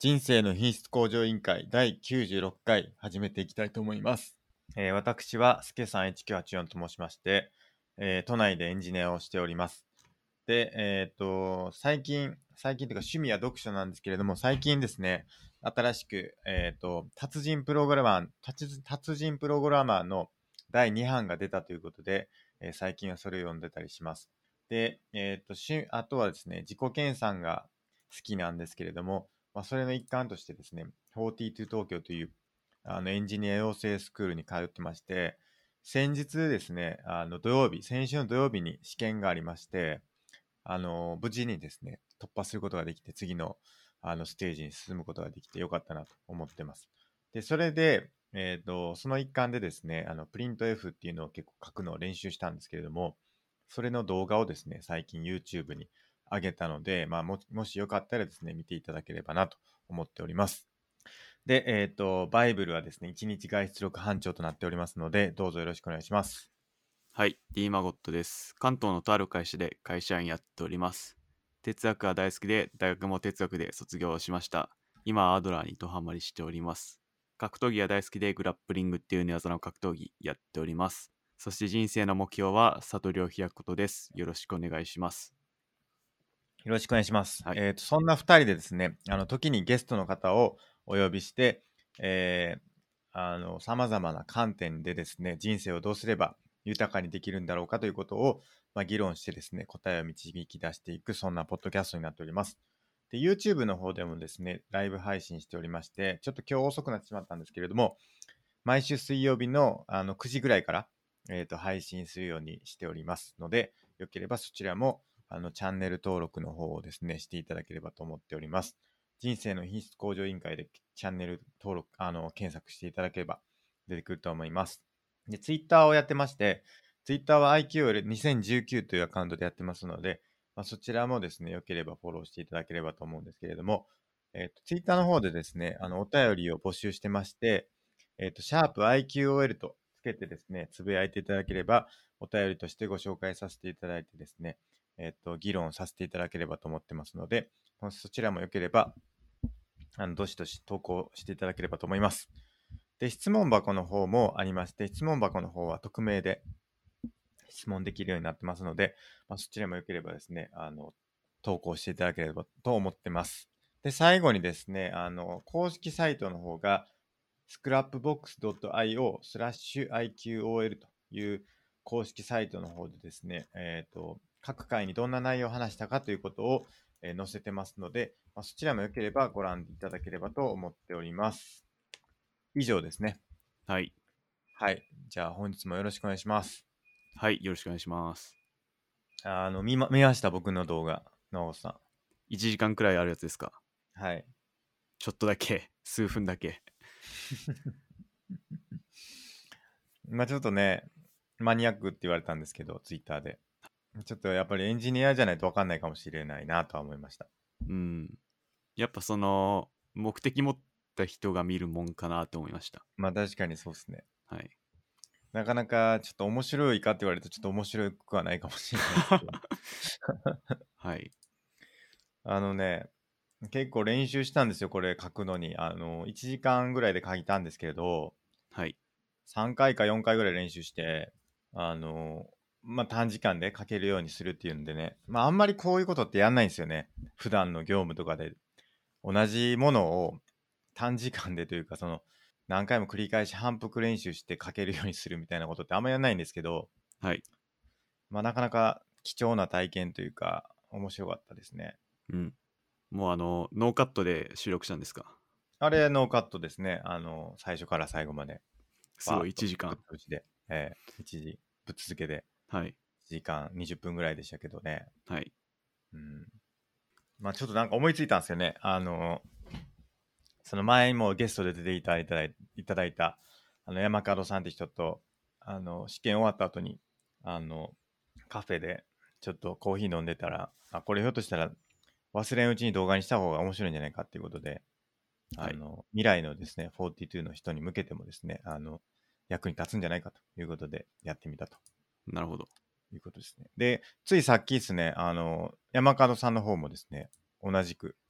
人生の品質向上委員会第96回始めていきたいと思います。私はすけさん1984と申しまして、都内でエンジニアをしております。で、最近というか趣味は読書なんですけれども、最近ですね、新しく、達人プログラマーの第2版が出たということで、最近はそれを読んでたりします。で、あとはですね、自己研鑽が好きなんですけれども、それの一環としてですね、42東京というエンジニア養成スクールに通ってまして、先日ですね、先週の土曜日に試験がありまして、無事にですね、突破することができて、次のステージに進むことができてよかったなと思ってます。で、それで、その一環でですね、プリント F っていうのを結構書くのを練習したんですけれども、それの動画をですね、最近 YouTube に上げたので、もしよかったらですね、見ていただければなと思っております。で、バイブルはですね、1日外出力班長となっておりますので、どうぞよろしくお願いします。 はい、D マゴットです。関東のとある会社で会社員やっております。哲学が大好きで、大学も哲学で卒業しました。今はアドラーにドハマりしております。格闘技が大好きで、グラップリングっていう寝技の格闘技やっております。そして人生の目標は悟りを開くことです。よろしくお願いします。 よろしくお願いします。 はい。 そんな2人でですね、時にゲストの方をお呼びして、様々な観点でですね、人生をどうすれば豊かにできるんだろうかということを、議論してですね、答えを導き出していく、そんなポッドキャストになっております。で、YouTube の方でもですね、ライブ配信しておりまして、ちょっと今日遅くなってしまったんですけれども、毎週水曜日の9時ぐらいから、配信するようにしておりますので、よければそちらもチャンネル登録の方をですね、していただければと思っております。人生の品質向上委員会でチャンネル登録、検索していただければ出てくると思います。で、ツイッターをやってまして、ツイッターは IQL2019 というアカウントでやってますので、そちらもですね、よければフォローしていただければと思うんですけれども、ツイッターの方でですね、お便りを募集してまして、シャープ IQOL とつけてですね、つぶやいていただければ、お便りとしてご紹介させていただいてですね、議論させていただければと思ってますので、そちらもよければ、どしどし投稿していただければと思います。で、質問箱の方もありまして、質問箱の方は匿名で質問できるようになってますので、そちらもよければですね、投稿していただければと思ってます。で、最後にですね、公式サイトの方が、scrapbox.io/IQOL という公式サイトの方でですね、各回にどんな内容を話したかということを、載せてますので、そちらもよければご覧いただければと思っております。以上ですね。 はい。 はい。じゃあ本日もよろしくお願いします。 はい、よろしくお願いします。 見ました、僕の動画、直尾さ 1時間くらいあるやつですか？ ん。はい。 ちょっとだけ、数分だけ。 ちょっとね、マニアックって言われたんですけど、ツイッターで。ちょっとやっぱりエンジニアじゃないと分かんないかもしれないなとは思いました。 うん。やっぱその、目的持った人が見るもんかなと思いました。 確かにそうですね。 はい。 なかなかちょっと面白いかって言われるとちょっと面白くはないかもしれないですけど。 はい。 あのね、結構練習したんですよ、これ書くのに。1時間ぐらいで書いたんですけど、 はい。 3回か4回ぐらい練習して、短時間で書けるようにするっていうんでね。あんまりこういうことってやんないんですよね。普段の業務とかで。同じものを短時間でというか、何回も繰り返し反復練習して書けるようにするみたいなことってあんまりやらないんですけど、 はい。 なかなか貴重な体験というか、面白かったですね。 うん。もうノーカットで収録したんですか？ あれ、ノーカットですね。最初から最後まで、 すごい、 バーッと 1時間。 ぶっ通しで、一時ぶっ続けで、 はい。 1時間20分ぐらいでしたけどね。 はい。 うん。ちょっとなんか思いついたんですよね。その前にもゲストで出ていただいた、山門さんって人と、試験終わった後に、あの、カフェでちょっとコーヒー飲んでたら、これひょっとしたら忘れんうちに動画にした方が面白いんじゃないかっていうことで、 はい。 未来のですね、42の人に向けてもですね、役に立つんじゃないかということでやってみたとなるほど。 いうことですね。で、ついさっきですね、山門さんの方もですね、同じく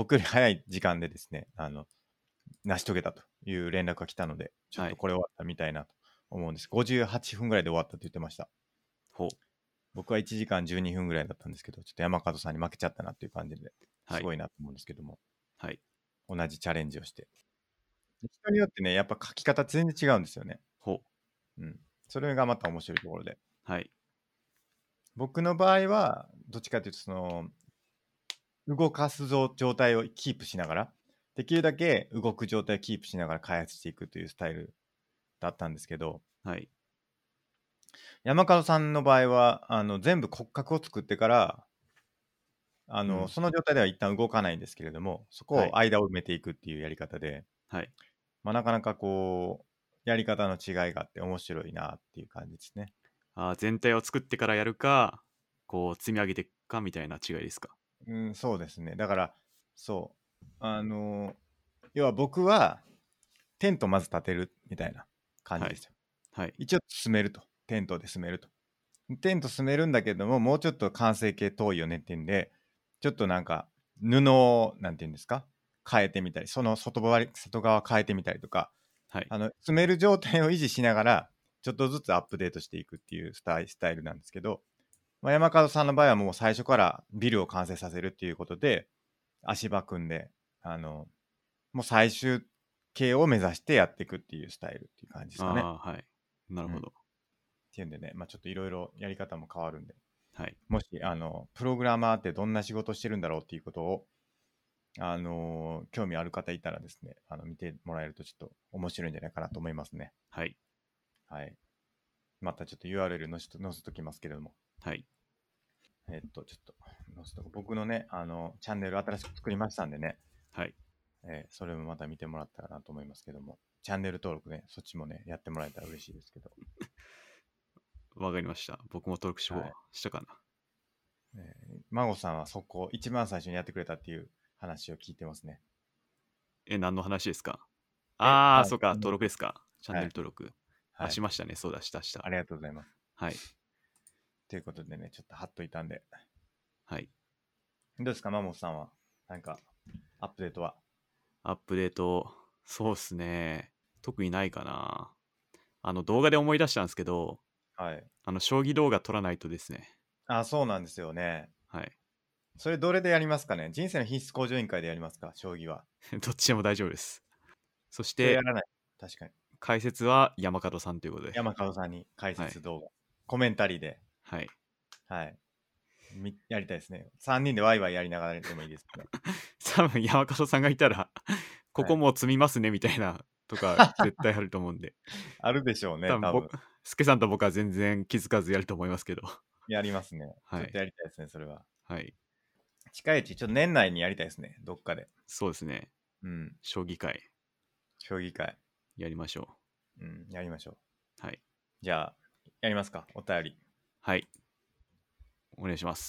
僕より早い時間でですね、成し遂げたという連絡が来たので、ちょっとこれ終わったみたいなと思うんです。58分ぐらいで終わったと言ってました。 ほう。 僕は1時間12分ぐらいだったんですけど、ちょっと山門さんに負けちゃったなっていう感じで、 はいすごいなと思うんですけども、 はい。 同じチャレンジをして。人によってね、やっぱ書き方全然違うんですよね。 ほう。 うん。それがまた面白いところで。 はい。 僕の場合は、どっちかというと、動かす状態をキープしながら、できるだけ動く状態をキープしながら開発していくというスタイルだったんですけど、 はい。 山門さんの場合は、全部骨格を作ってから、 うんその状態では一旦動かないんですけれども、そこを間を埋めていくっていうやり方で、 はい。 まあ、なかなかこう、やり方の違いがあって面白いなっていう感じですね。 全体を作ってからやるか、こう積み上げていくかみたいな違いですか。 うん、そうですね。だから、そう。要は僕は、テントまず立てるみたいな感じですよ。 はい。 一応進めると。テントで進めると。テント進めるんだけども、もうちょっと完成形遠いよねっていうんで、ちょっとなんか、布を、なんていうんですか、変えてみたり、その外側変えてみたりとか、 はい。 詰める状態を維持しながら、ちょっとずつアップデートしていくっていうスタイルなんですけど、まあ、山門さんの場合はもう最初からビルを完成させるっていうことで、足場組んで、もう最終形を目指してやっていくっていうスタイルっていう感じですかね。 はい。なるほど。 っていうんでね、まあ、ちょっといろいろやり方も変わるんで、 はい。 もし、プログラマーってどんな仕事してるんだろうっていうことを、興味ある方いたらですね、見てもらえるとちょっと面白いんじゃないかなと思いますね。 はい。 はい。またちょっと URL 載せときますけれども。 はい。 ちょっと載せと僕のね、チャンネル新しく作りましたんでね、 はい。 それもまた見てもらったらなと思いますけども、チャンネル登録ね、そっちもね、やってもらえたら嬉しいですけど。 わかりました。僕も登録しよう、 はい、 したかな。 孫さんはそこ、一番最初にやってくれたっていう話を聞いてますね。 何の話ですか。 あ、 そうか、登録ですか。チャンネル登録。 はい。 しましたね。そうだ、した。 ありがとうございます。 はい。 ということでね、ちょっと貼っといたんで。 はい。 どうですか、マモさんは。なんか、アップデートは。 アップデート、そうっすね。特にないかな。動画で思い出したんですけど、 はい。 将棋動画撮らないとですね。 あ、そうなんですよね。 はい。 それどれでやりますかね。人生の品質向上委員会でやりますか、将棋は。 どっちでも大丈夫です。そしてそれやらない。確かに。 解説は山門さんということで。 山門さんに解はい。 説動画、コメンタリーで、 はい。 はい。やりたいですね。3人でワイワイやりながらでもいいですけど。 多分山門さんがいたら、ここもう積みますねみたいなとか絶対あると思うんで。 あるでしょうね、 多分多分。 スケさんと僕は全然気づかずやると思いますけど。 やりますね。 はい。 ちょっとやりたいですね、それは。 はい。 近いうち、ちょっと年内にやりたいですね、どっかで。 そうですね。 うん。 将棋会将棋会。 やりましょうん、やりましょう。 う。はい。 じゃあ、やりますか、お便り。 はい。お願いします。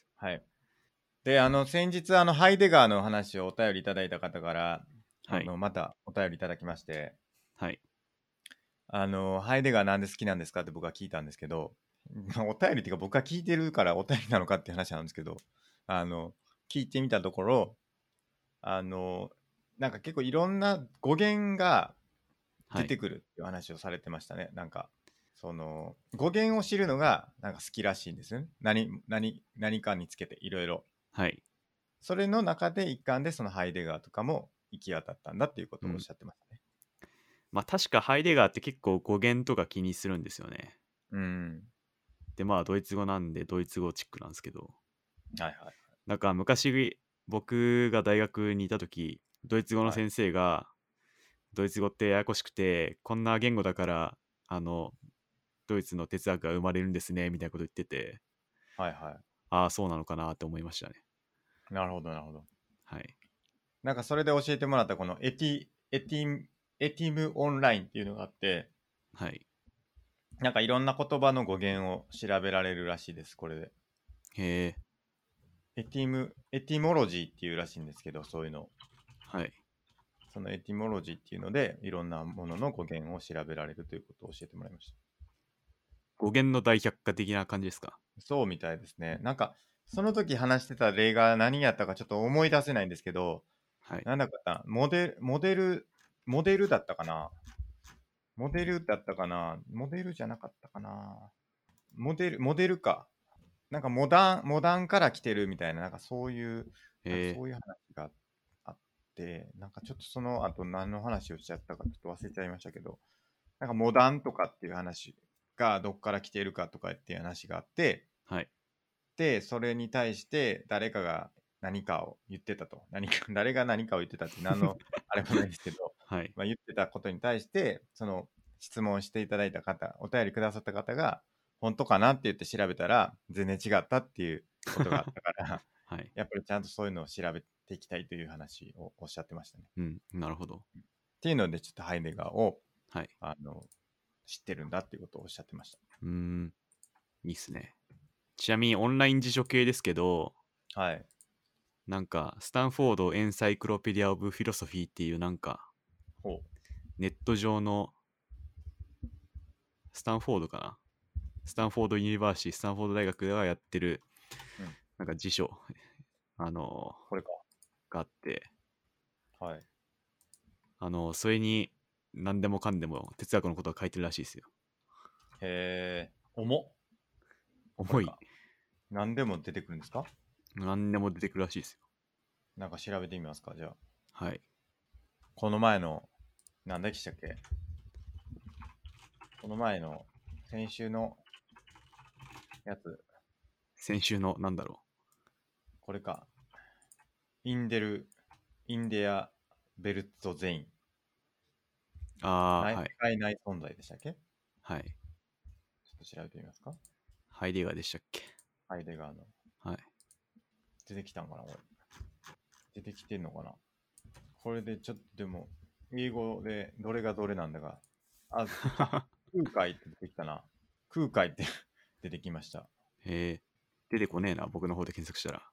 はい。で、先日、ハイデガーの話をお便りいただいた方から、 はい。 またお便りいただきまして、 はい。 ハイデガーなんで好きなんですかって僕は聞いたんですけど、お便りっていうか僕が聞いてるからお便りなのかっていう話なんですけど、聞いてみたところ、なんか結構いろんな語源が出てくるっていう話をされてましたね。なんか、語源を知るのがなんか好きらしいんですよね。何かにつけていろいろ。 はい。 それの中で一環でそのハイデガーとかも行き渡ったんだっていうことをおっしゃってましたね。 まあ確かハイデガーって結構語源とか気にするんですよね。 うん。 でまあドイツ語なんでドイツ語チックなんですけど。 はいはい。 なんか昔僕が大学にいた時、ドイツ語の先生が、ドイツ語ってややこしくてこんな言語だからドイツの哲学が生まれるんですねみたいなこと言ってて、 はいはい。 ああそうなのかなって思いましたね。 なるほどなるほど。 はい。 なんかそれで教えてもらったこのエティムオンラインっていうのがあって、 はい。 なんかいろんな言葉の語源を調べられるらしいです、これで。 へえ。 エティモロジーっていうらしいんですけど、そういうの。 はい。 そのエティモロジーっていうので、いろんなものの語源を調べられるということを教えてもらいました。 語源の大百科的な感じですか。 そうみたいですね。なんか、 その時話してた例が何やったかちょっと思い出せないんですけど、 はい。 なんだかな、モデルだったかな。モデルだったかな。モデルじゃなかったかな。モデルか。なんかモダンから来てるみたいな、なんかそういう、 え話があって、なんかちょっとその後何の話をしちゃったかちょっと忘れちゃいましたけど、なんかモダンとかっていう話がどっから来てるかとかっていう話があって、 はい。 で、それに対して誰かが何かを言ってたと。誰が何かを言ってたって何のあれもないんですけど、 はい。 まあ、言ってたことに対して、その質問していただいた方、お便りくださった方が、本当かなって言って調べたら、全然違ったっていうことがあったから、 はい。 やっぱりちゃんとそういうのを調べていきたいという話をおっしゃってましたね。 うん。なるほど。 っていうので、ちょっとハイデガーをはい。 知ってるんだっていうことをおっしゃってました。 いいっすね。ちなみにオンライン辞書系ですけど、 はい。 なんか、スタンフォード・エンサイクロペディア・オブ・フィロソフィーっていうなんか、 ほう。 ネット上の、スタンフォードかなスタンフォード・ユニバーシティ、スタンフォード大学がやってる、 うん。 なんか辞書、あのこれか。 があって、 はい。 それに何でもかんでも哲学のことが書いてるらしいですよ。 へえ、重っ。こ重い。 れか。何でも出てくるんですか？ 何でも出てくるらしいですよ。 なんか調べてみますか、じゃあ。 はい。 この前の、なんだっけしたっけ？この前の、先週のやつ、 先週の、なんだろこれか。インデア・ベルト・ゼイン。 う。ああ、 世はい。 界内存在でしたっけ？ちはい。 ょっと調べてみますか。 ハイデガーでしたっけ？ ハイデガーの。 はい。 出てきたんかなこれ。出てきてんのかな。これでちょっとでも、英語でどれがどれなんだが。空海って出てきたな。空海って出てきました。 出てこねえな、僕の方で検索したら。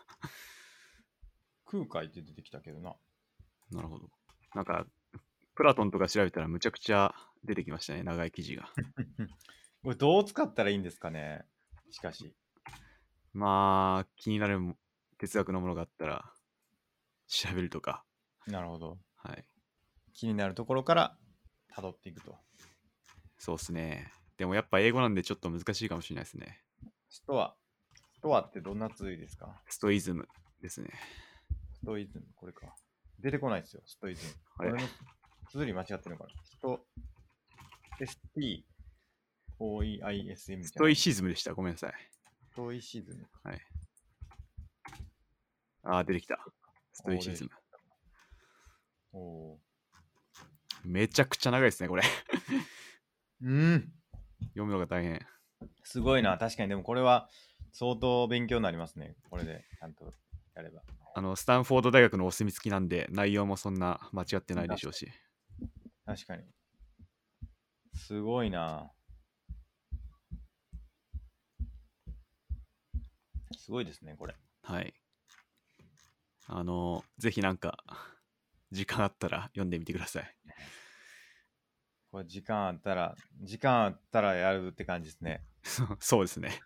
空海って出てきたけどな。 なるほど。なんか、プラトンとか調べたらむちゃくちゃ出てきましたね、長い記事が。 これどう使ったらいいんですかね。しかし。 まあ、気になる哲学のものがあったら、調べるとか。 なるほど。 はい。 気になるところから辿っていくと。 そうっすね。でもやっぱ英語なんでちょっと難しいかもしれないですね。 ストア。ストアってどんな通いですか？ ストイズムですね。 ストイズム。これか。出てこないですよ。ストイズム。 あれ俺の綴り間違ってるのかな。STOEISM ストイじゃない。 シズムでした。ごめんなさい。 ストイシズム。 はい。あー、出てきた。ストイシズム。 出てきた。おめちゃくちゃ長いですね、これ。 うん。 読むのが大変。 すごいな。確かに、でもこれは相当勉強になりますね。これでちゃんとやれば。 スタンフォード大学のお墨付きなんで、内容もそんな間違ってないでしょうし。 確かに。すごいな。すごいですね、これ。 はい。ぜひなんか、時間あったら読んでみてください。 これ時間あったらやるって感じですね。 そうですね。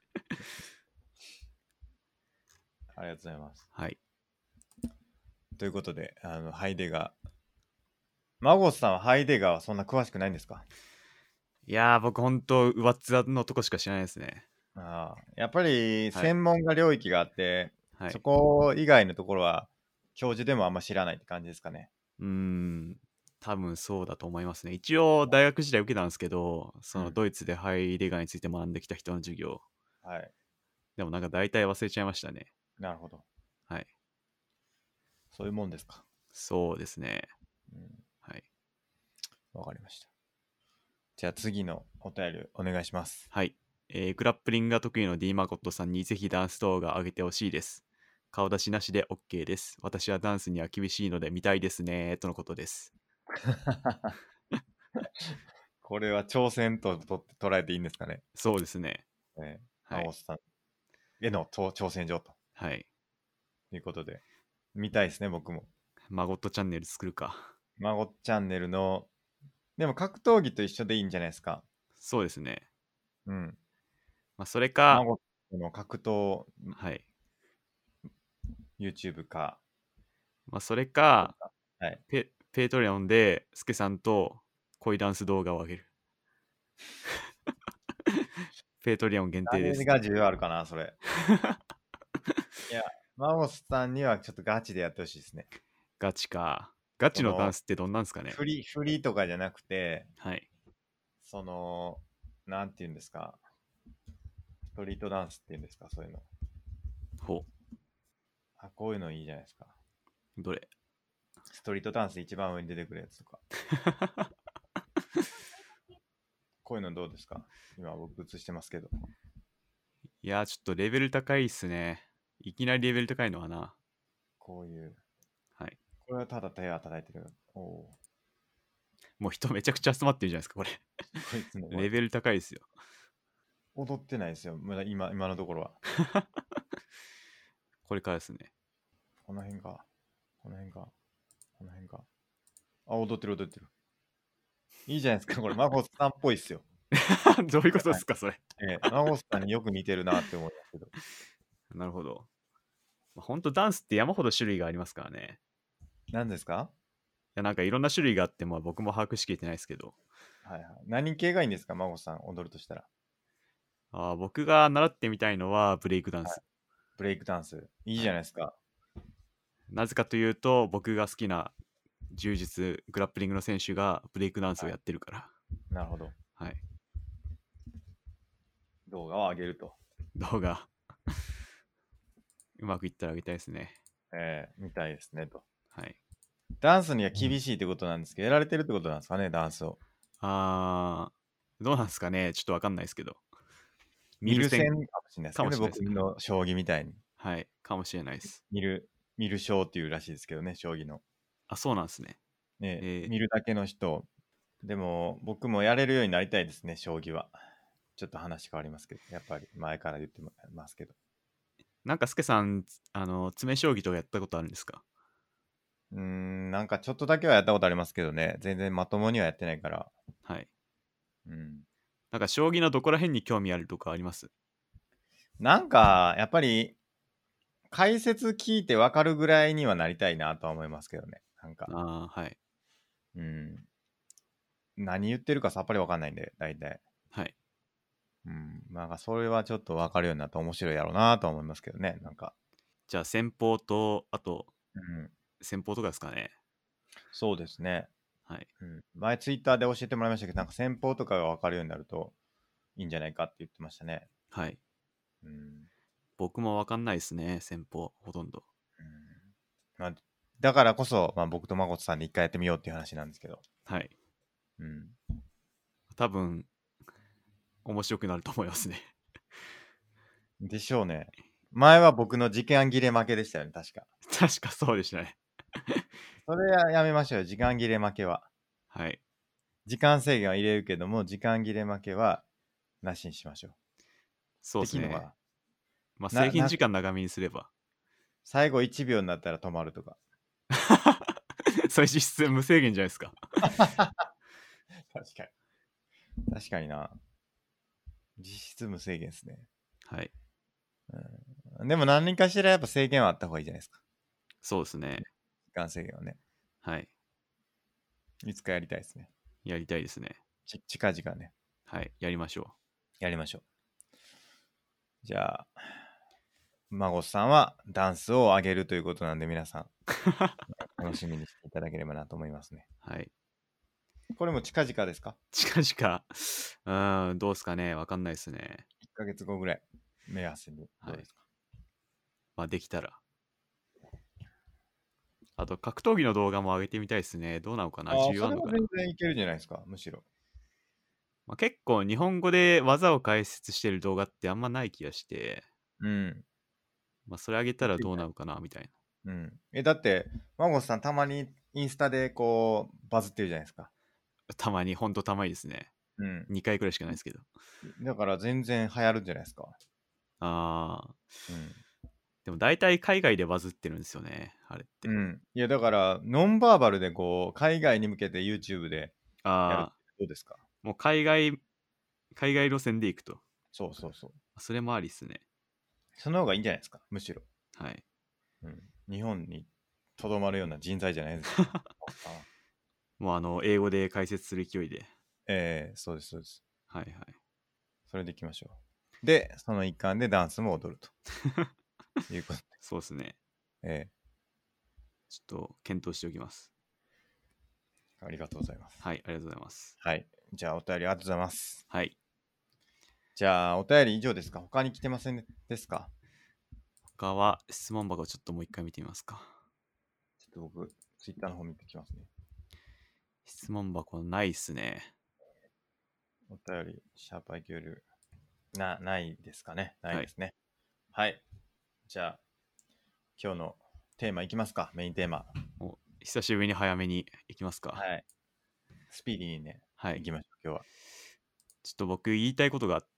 ありがとうございます。 はい。 ということで、ハイデガー。マゴスさんはハイデガーはそんな詳しくないんですか？ いやー、僕ほんと、上っ面のとこしか知らないですね。 やっぱりはい。 専門が領域があって、そはい。 こ以外のところは教授でもあんま知らないって感じですかね。 多分そうだと思いますね。一応、大学時代受けたんですけど、そのうん。 ドイツでハイデガーについて学んできた人の授業。 はい。 でもなんか大体忘れちゃいましたね。 なるほど。 はい。 そういうもんですか。 そうですね。 うん。 はい。 わかりました。じゃあ次のお便りお願いします。 はい。グラップリングが得意の D マコットさんにぜひダンス動画上げてほしいです。顔出しなしで OK です。私はダンスには厳しいので見たいですね。とのことです。 これは挑戦と捉えていいんですかね。 そうですね。 マはい。 ゴスさんへの挑戦状とはい。 いうことで、見たいですね、僕も。 マゴットチャンネル作るか。 マゴチャンネルの、でも格闘技と一緒でいいんじゃないですか。 そうですね。 うん。 まあ、それか、 マゴの格闘はい。 YouTube か。 まあ、それか、 はい。 ペイトレオンでスケさんと恋ダンス動画を上げる。ペイトレオン限定です。 誰が需要あるかな、それ。いや、マゴスさんにはちょっとガチでやってほしいですね。 ガチか。ガチのダンその、 スってどんなんですかね。 フリとかじゃなくて、 はい。 その、なんていうんですか。ストリートダンスっていうんですか、そういうの。 ほあ、こういうのいいじゃないですか。 う。どれストリートダンス一番上に出てくるやつとか。こういうのどうですか？今僕映してますけど。 いや、ちょっとレベル高いっすね。いきなりレベル高いのはな。 こういう。 はい。 これはただ手を叩いてる。おおもう人めちゃくちゃ集まってるじゃないですか、これ。 ー、こいつね、これ。 レベル高いですよ。 踊ってないですよ。まだ今のところは。 これからですね。 この辺か。この辺か。この辺か。あ、踊ってる踊ってる。いいじゃないですか。これ、マゴスさんっぽいっすよ。 どういうことですか、それ。 マゴスさんによく似てるなって思いますけど。 なるほど。ほんとダンスって山ほど種類がありますからね。 何ですか？ いや、なんかいろんな種類があって、僕も把握しきれてないですけど。 はいはい。何系がいいんですか、マゴスさん、踊るとしたら。 僕が習ってみたいのはブレイクダンはい。 ス。 ブレイクダンス。いいはい。 じゃないですか。 なぜかというと、僕が好きな柔術、グラップリングの選手がブレイクダンスをはやってるから。 い。なるほど。 はい。 動画を上げると。 動画うまくいったらあげたいですね。 見たいですねと。 はい。 ダンスには厳しいってことなんですけど、やられてるってことなんですかね、ダンスを。 どうなんですかね。ちょっとわかんないですけど。見見るる線線かもしれないですけどね、僕かもしれないです。 の将棋みたいに。 はい。かもしれないです。 見る将っていうらしいですけどね、将棋の。 あ、そうなんですね。 ね、 え見るだけの人。でも、僕もやれるようになりたいですね、将棋は。ちょっと話変わりますけど、やっぱり前から言ってますけど。 なんか、スケさん、詰将棋とかやったことあるんですか？ なんかちょっとだけはやったことありますけどね、全然まともにはやってないから。 はい。 うん。 なんか、将棋のどこら辺に興味あるとかあります？ なんか、やっぱり、解説聞いてわかるぐらいにはなりたいなとは思いますけどね。なんか、 はい。 うん。何言ってるかさっぱりわかんないんで、大体。 はい。 うん。なんか、それはちょっとわかるようになったら面白いやろうなとは思いますけどね。なんか。 じゃあ、先方と、あと、 うん。 先方とかですかね。 そうですね。 はい。 うん。前、ツイッターで教えてもらいましたけど、なんか戦法とかがわかるようになるといいんじゃないかって言ってましたね。 はい。 うん。 僕もわかんないですね、先方、ほとんど。 うんまあ、だからこそ、まあ、僕と誠さんで一回やってみようっていう話なんですけど。 はい。 うん。 多分、面白くなると思いますね。 でしょうね。前は僕の時間切れ負けでしたよね、確か。 確かそうでしたね。 それはやめましょうよ、時間切れ負けは。 はい。 時間制限は入れるけども、時間切れ負けはなしにしましょう。 そうですね。 できんのかな。 制限時間長めにすれば。 最後1秒になったら止まるとか。 それ実質無制限じゃないですか。 確かに。確かにな。実質無制限ですね。 はい。 でも何人かしらやっぱ制限はあった方がいいじゃないですか。 そうですね。 時間制限はね。 はい。 いつかやりたいですね。 やりたいですね。 近々ね。 はい。やりましょやりましょう。じゃあ、孫さんはダンスを上げるということなんで、皆さん楽しみにしていただければなと思いますね。 う。はい。 これも近々ですか？ 近々、どうですかね。わかんないですね。 1 ヶ月後ぐらい目安にどはい。 うですか？ できたら。あと、格闘技の動画も上げてみたいですね。どうなのかな、需要それはあるのかな。 全然いけるじゃないですか、むしろ。 結構日本語で技を解説してる動画ってあんまない気がして、 うん。 それ上げたらいけるじゃない。 どうなのかなみたいうん。だって、孫さんたまにインスタでこう、バズってるじゃないですか。 な。たまに、ほんとたまにですね。 うん。 2回くらいしかないですけど。 だから全然流行るんじゃないですか。 あー。 うん。 でも大体海外でバズってるんですよね。あれって。 うん。いや、だから、ノンバーバルでこう、海外に向けて YouTube でやるってどうですか？ もう海外路線で行くと。 そうそうそう。 それもありっすね。 その方がいいんじゃないですか、むしろ。 はい。 うん。 日本にとどまるような人材じゃないですか。 もう英語で解説する勢いで。 そうです、そうです。 はいはい。 それでいきましょう。で、その一環でダンスも踊るということで。 そうですね。 えちょっと検討しておきます。 ありがとうございます。 はい、ありがとうございます。 はい。じゃあ、お便りありがとうございます。 はい。 じゃあ、お便り以上ですか？他に来てませんですか？ 他は質問箱ちょっともう一回見てみますか。 ちょっと僕、ツイッターの方見てきますね。 質問箱ないっすね。 お便り、シャープ IQ ないですかね。ないはいですね。はい。じゃあ、今日のテーマいきますか。メインテーマ。 お久しぶりに早めに行きますか。 はい。スピーディーにね、 はい。 いきましょう、今日は。 ちょっと僕言いたいことがあって、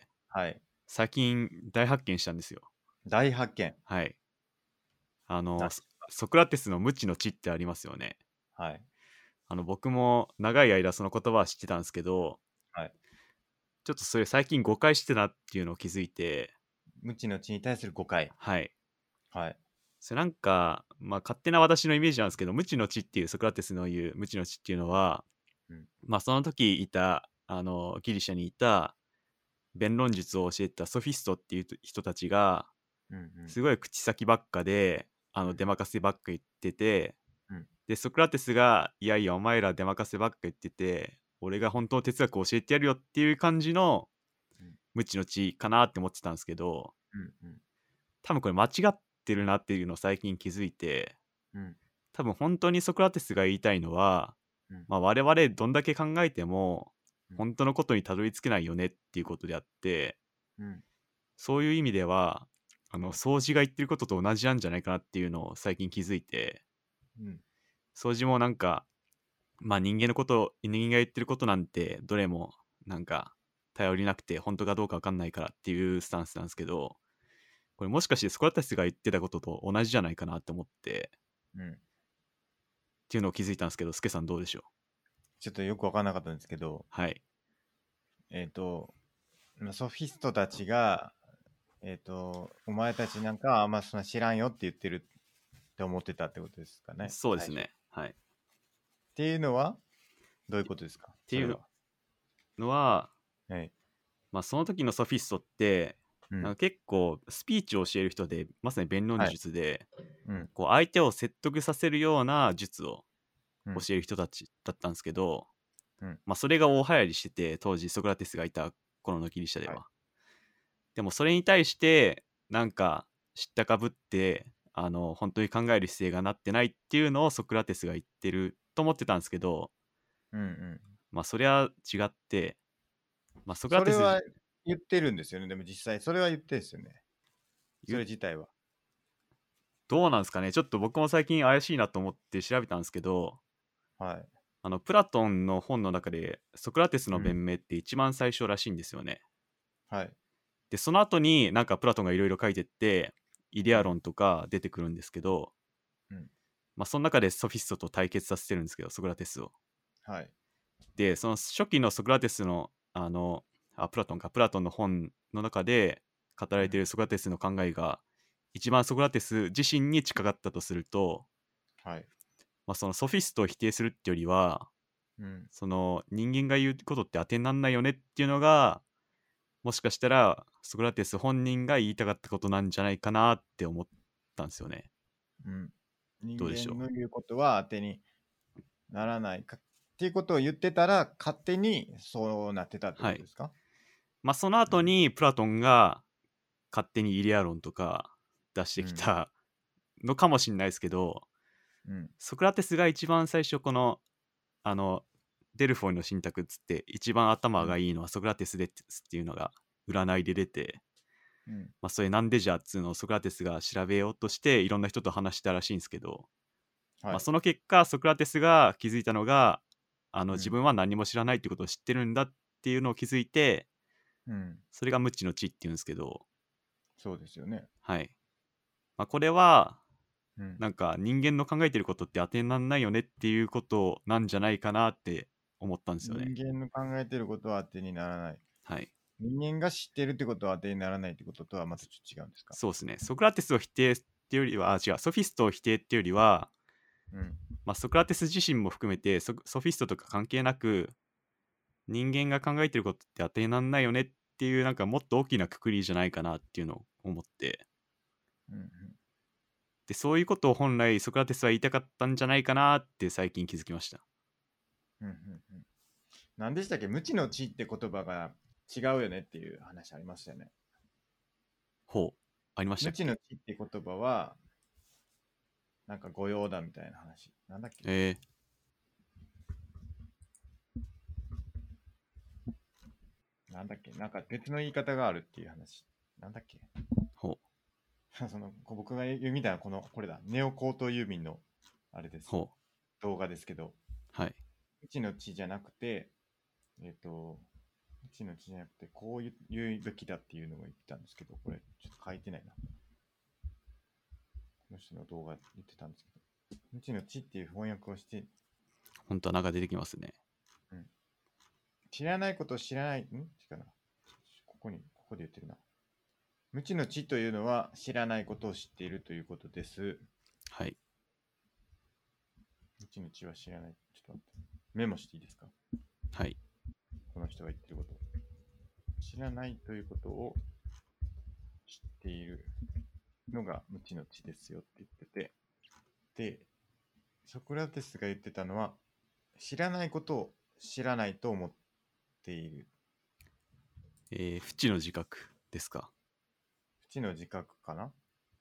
はい。 最近大発見したんですよ。 大発見。 はい。 なソクラテスの無知の知ってありますよね。 はい。 僕も長い間その言葉は知ってたんですけど、 はい。 ちょっとそれ最近誤解してたっていうのを気づいて、 無知の知に対する誤解。 はい。 はい。 それなんか、まあ勝手な私のイメージなんですけど、無知の知っていう、ソクラテスの言う無知の知っていうのは、 うんまあその時いた、ギリシャにいた弁論術を教えたソフィストっていう人たちが、 うんすごい口先ばっかで、 うん出まかせばっか言ってて、 うんで、ソクラテスが、いやいや、お前ら出まかせばっか言ってて、俺が本当の哲学を教えてやるよっていう感じのうん無知の知かなって思ってたんですけど、 うん多分これ間違ってるなっていうのを最近気づいて、 うん多分本当にソクラテスが言いたいのは、 うんまあ、我々どんだけ考えてもうん本当のことにたどり着けないよねっていうことであって、 うんそういう意味では掃除が言ってることと同じなんじゃないかなっていうのを最近気づいて、 うん掃除もなんか、まあ人間が言ってることなんてどれもなんか頼りなくて本当かどうか分かんないからっていうスタンスなんですけど、これもしかしてソクラテスが言ってたことと同じじゃないかなって思ってうんっていうのを気づいたんですけど、スケさんどうでしょう？ ちょっとよく分からなかったんですけど、 はい。 ソフィストたちが、お前たちなんかはあんまそんな知らんよって言ってるって思ってたってことですかね。最初。っそうですね。はい。 ていうのは、どういうことですか？ ていうそれは。 のは、 はい。 まあ、その時のソフィストって、 うん。 結構スピーチを教える人で、まさに弁論はい。 術で、 うん。 こう相手を説得させるような術をうん。 教える人たちだったんですけど、 うんまあ、それが大流行りしてて、当時ソクラテスがいた頃のギリシャでは。 はい。 でもそれに対して、なんか知ったかぶって、本当に考える姿勢がなってないっていうのをソクラテスが言ってると思ってたんですけど、 うんうん。 まあそれは違って、まあソクラテスそれは言ってるんですよね。でも実際、それは言ってるんですよね。そ言れ自体は。 どうなんですかね。ちょっと僕も最近怪しいなと思って調べたんですけど、 はい。 プラトンの本の中でソクラテスのうん。 弁明って一番最初らしいんですよね。 はい。 で、その後になんかプラトンがいろいろ書いてって、イデアうん。 論とか出てくるんですけど、 うん。 まあその中でソフィストと対決させてるんですけど、ソクラテスを。 はい。 で、その初期のソクラテスの、プラトンの本の中で語られているソクラテスの考えが、一番ソクラテス自身に近かったとすると、 はい。 まあ、そのソフィストを否定するってよりは、 うん。 その人間が言うことって当てになんないよねっていうのが、もしかしたらソクラテス本人が言いたかったことなんじゃないかなって思ったんですよね。 うん。 どうでしょう？ 人間の言うことは当てにならないかっていうことを言ってたら、勝手にそうなってたってこはい。 とですか？ まあその後にプラトンが勝手にイデア論とか出してきうん。 たのかもしれないですけど、 うん。 ソクラテスが一番最初このあのデルフォイの信託っつって一番頭がいいのはソクラテスですっていうのが占いで出て、 うん。 まあそれなんでじゃっつうのをソクラテスが調べようとしていろんな人と話したらしいんですけど、まあ、 はい。 その結果ソクラテスが気づいたのが自うん。 分は何も知らないってことを知ってるんだっていうのを気づいて、 うん。 それが無知の知っていうんですけど、 そうですよね。 はい、まあ、これはうん。 なんか人間の考えてることって当てにならないよねっていうことなんじゃないかなって思ったんですよね。 人間の考えてることは当てにならない。 はい。 人間が知ってるってことは当てにならないってこととはまたちょっと違うんですか？ そうですね。ソクラテスを否定っていうよりは、違う、ソフィストを否定っていうよりは、 うんソクラテス自身も含めてソフィストとか関係なく、人間が考えてることって当てになんないよねっていう、なんかもっと大きな括りじゃないかなっていうのを思って、 うんでそういうことを本来ソクラテスは言いたかったんじゃないかなって最近気づきました。 うんうんうん何でしたっけ、無知の知って言葉が違うよねっていう話ありましたよね。 ほう、ありました無知のっけ？ 知って言葉は、なんか御用だみたいな話。なんだっけ。 えなんだっけ。なんか別の言い方があるっていう話。なんだっけ。 ほう僕が言うみたいなこれだ。ネオ高等郵便のあれです。 ほう動画ですけど、 はい。 無知の知じゃなくて、無知の知じゃなくて、こう言うべきだっていうのを言ってたんですけど、これちょっと書いてないな。この人の動画言ってたんですけど、無知の知っていう翻訳をして、 本当はなんか出てきますね。 うん、知らないことを知らない、違うな。ここで言ってるな。無知の知というのは知らないことを知っているということです。 はい。 無知の知は知らない。ちょっと待って。メモしていいですか？ はい。 この人が言ってること。知らないということを知っているのが無知の知ですよって言ってて、で、ソクラテスが言ってたのは、知らないことを知らないと思っている。 不知の自覚ですか？ 不知の自覚かな。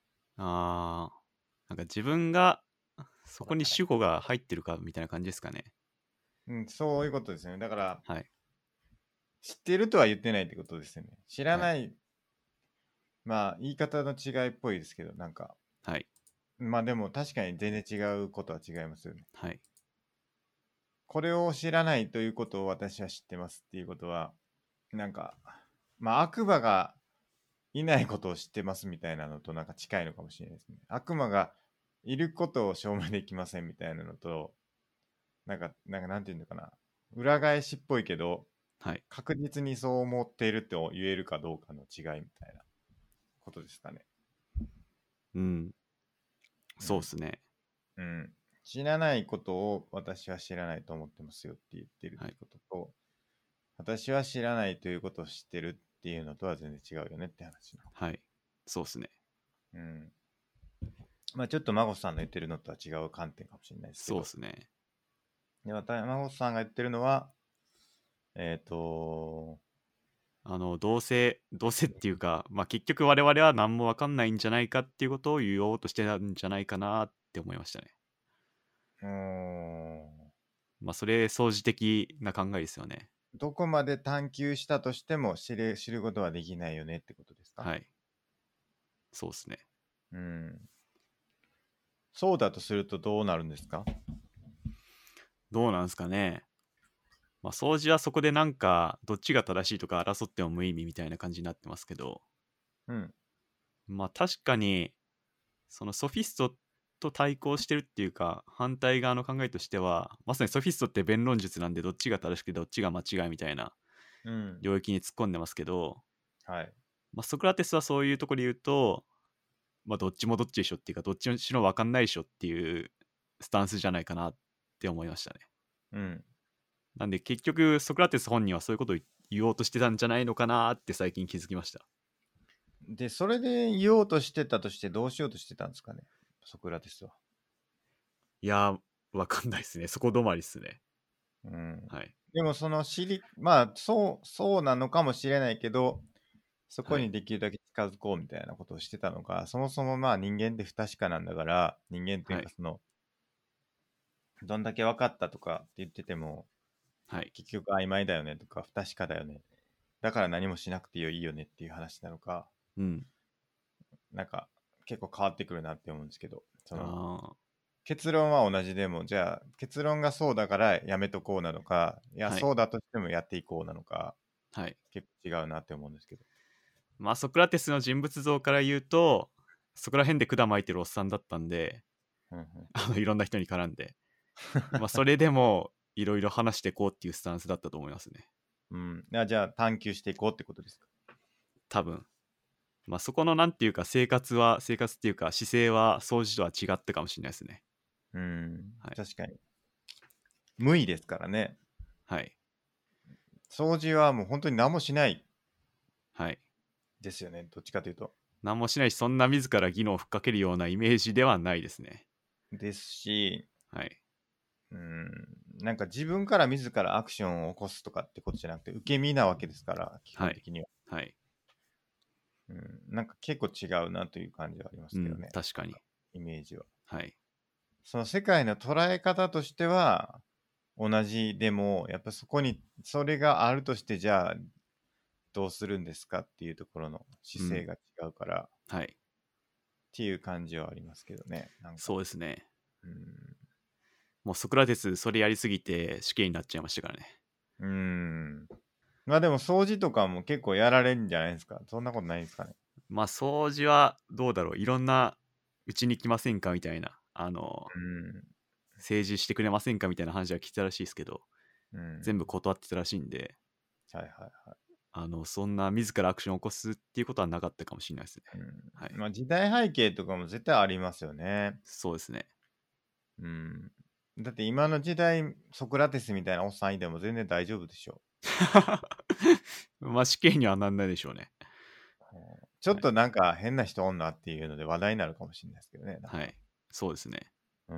なんか自分がそこにわかったね。 主語が入ってるかみたいな感じですかね。 うん、そういうことですよね。だから、 はい。 知っているとは言ってないってことですよね。知らはい。 ない、まあ、言い方の違いっぽいですけど、なんか、 はい。 まあでも確かに全然違うことは違いますよね。 はい。 これを知らないということを私は知ってますっていうことは、なんか、まあ悪魔がいないことを知ってますみたいなのとなんか近いのかもしれないですね。悪魔がいることを証明できませんみたいなのと、なんていうのかな。裏返しっぽいけど、 はい。 確実にそう思っていると言えるかどうかの違いみたいなことですかね。 うん。 うん。 そうっすね。 うん。知らないことを私は知らないと思ってますよって言ってるっはい。 てことと、私は知らないということを知ってるっていうのとは全然違うよねって話な。 はい。そうっすね。 うん。まあちょっと孫さんの言ってるのとは違う観点かもしれないですけそうっど、 すね。 で孫さんが言ってるのは、えっ、と、 どうせっていうか、結局我々は何もわかんないんじゃないかっていうことを言おうとしてたんじゃないかなって思いましたね。 うーん、 それ、相似的な考えですよね。 どこまで探求したとしても知ることはできないよねってことですか？ はい。そうっすね。 うん。そうだとするとどうなるんですか？ どうなんすかね。掃除はそこでなんか、どっちが正しいとか争っても無意味みたいな感じになってますけど、 うん。 確かに、そのソフィストと対抗してるっていうか、反対側の考えとしては、まさにソフィストって弁論術なんで、どっちが正しくてどっちが間違いみたいなうん。 領域に突っ込んでますけど、 はい。 ソクラテスはそういうところで言うと、どっちもどっちでしょっていうか、どっちにしろ分かんないでしょっていうスタンスじゃないかなって思いましたね。 うん。 なんで結局、ソクラテス本人はそういうことを言おうとしてたんじゃないのかなって最近気づきました。 で、それで言おうとしてたとしてどうしようとしてたんですかね、ソクラテスは。 いやー、分かんないですね。そこ止まりっすね。 うん。 はい。 でもまあ、そうなのかもしれないけど、そこはい。 にできるだけ近づこうみたいなことをしてたのか、そもそもまあ人間って不確かなんだから、人間っていうはい。 かどんだけ分かったとかって言ってても、 はい。 結局曖昧だよねとか、不確かだよね。だから何もしなくていいよねっていう話なのか、 うん。 なんか結構変わってくるなって思うんですけど、 あ結論は同じでも、じゃあ結論がそうだからやめとこうなのか、いや、 はい。 そうだとしてもやっていこうなのか、 はい。 結構違うなって思うんですけど。 ソクラテスの人物像から言うと、そこら辺で管巻いてるおっさんだったんで、 うんうん、 いろんな人に絡んで。それでも、いろいろ話していこうっていうスタンスだったと思いますね。 うん、じゃあ探求していこうってことですか。 多分。 まあそこのなんていうか生活っていうか姿勢は掃除とは違ったかもしれないですね。はい。 確かに。無意ですからね。 はい。 掃除はもう本当に何もしないはい。 ですよね。どっちかというと。 何もしないし、そんな自ら技能をふっかけるようなイメージではないですね。 ですし、 はい。 なんか自分から自らアクションを起こすとかってことじゃなくて、受け身なわけですから、基はい。 本的には。 はい。 なんか結構違うなという感じはありまうん、 すけどね。 確かに。 イメージは。 はい。 その世界の捉え方としては同じでも、やっぱそこにそれがあるとして、じゃあどうするんですかっていうところのうん。 姿勢が違うからっはい。 ていう感じはありますけどね。なんか、 そうですね。 うん、 もうソクラテスそれやりすぎて死刑になっちゃいましたからね。 うーん。まあでも掃除とかも結構やられるんじゃないですか。そんなことないんですかね。 まあ掃除はどうだろう。いろんなうちに来ませんかみたいな。 うん。 政治してくれませんかみたいな話は聞いたらしいですけど、 うん。 全部断ってたらしいんで、 はいはいはい。 そんな自らアクションを起こすっていうことはなかったかもしれないですね。はい。 まあ時代背景とかも絶対ありますよね。 そうですね。 うん。だって今の時代、ソクラテスみたいなおっさんいても全然大丈夫でしょまあ死刑にはなんないでしょうね。 う。ちょっはい。 となんか変な人おんなっていうので話題になるかもしれないですけどね。なんか。 はい。そうですね。 うん。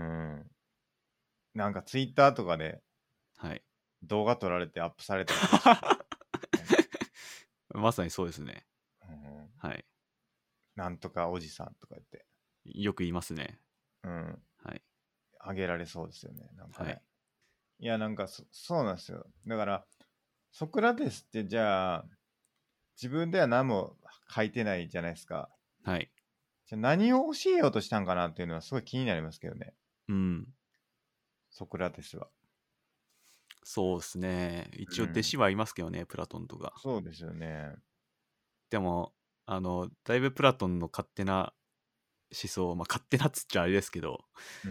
なんかツイッターとかではい。 動画撮られてアップされたりとかして、ね。 まさにそうですね。 うん。 はい。 なんとかおじさんとか言って。 よく言いますね。 うん。 はい。 あげられそうですよね。なんかね。 はい。 いや、なんかそうなんですよ。だから、ソクラテスってじゃあ、自分では何も書いてないじゃないですか。 はい。 じゃあ何を教えようとしたんかなっていうのはすごい気になりますけどね。 うん。 ソクラテスは。 そうですね。一応弟うん。 子はいますけどね、プラトンとか。 そうですよね。 でも、だいぶプラトンの勝手な思想、まあ勝手なっつっちゃあれですけど、 うん。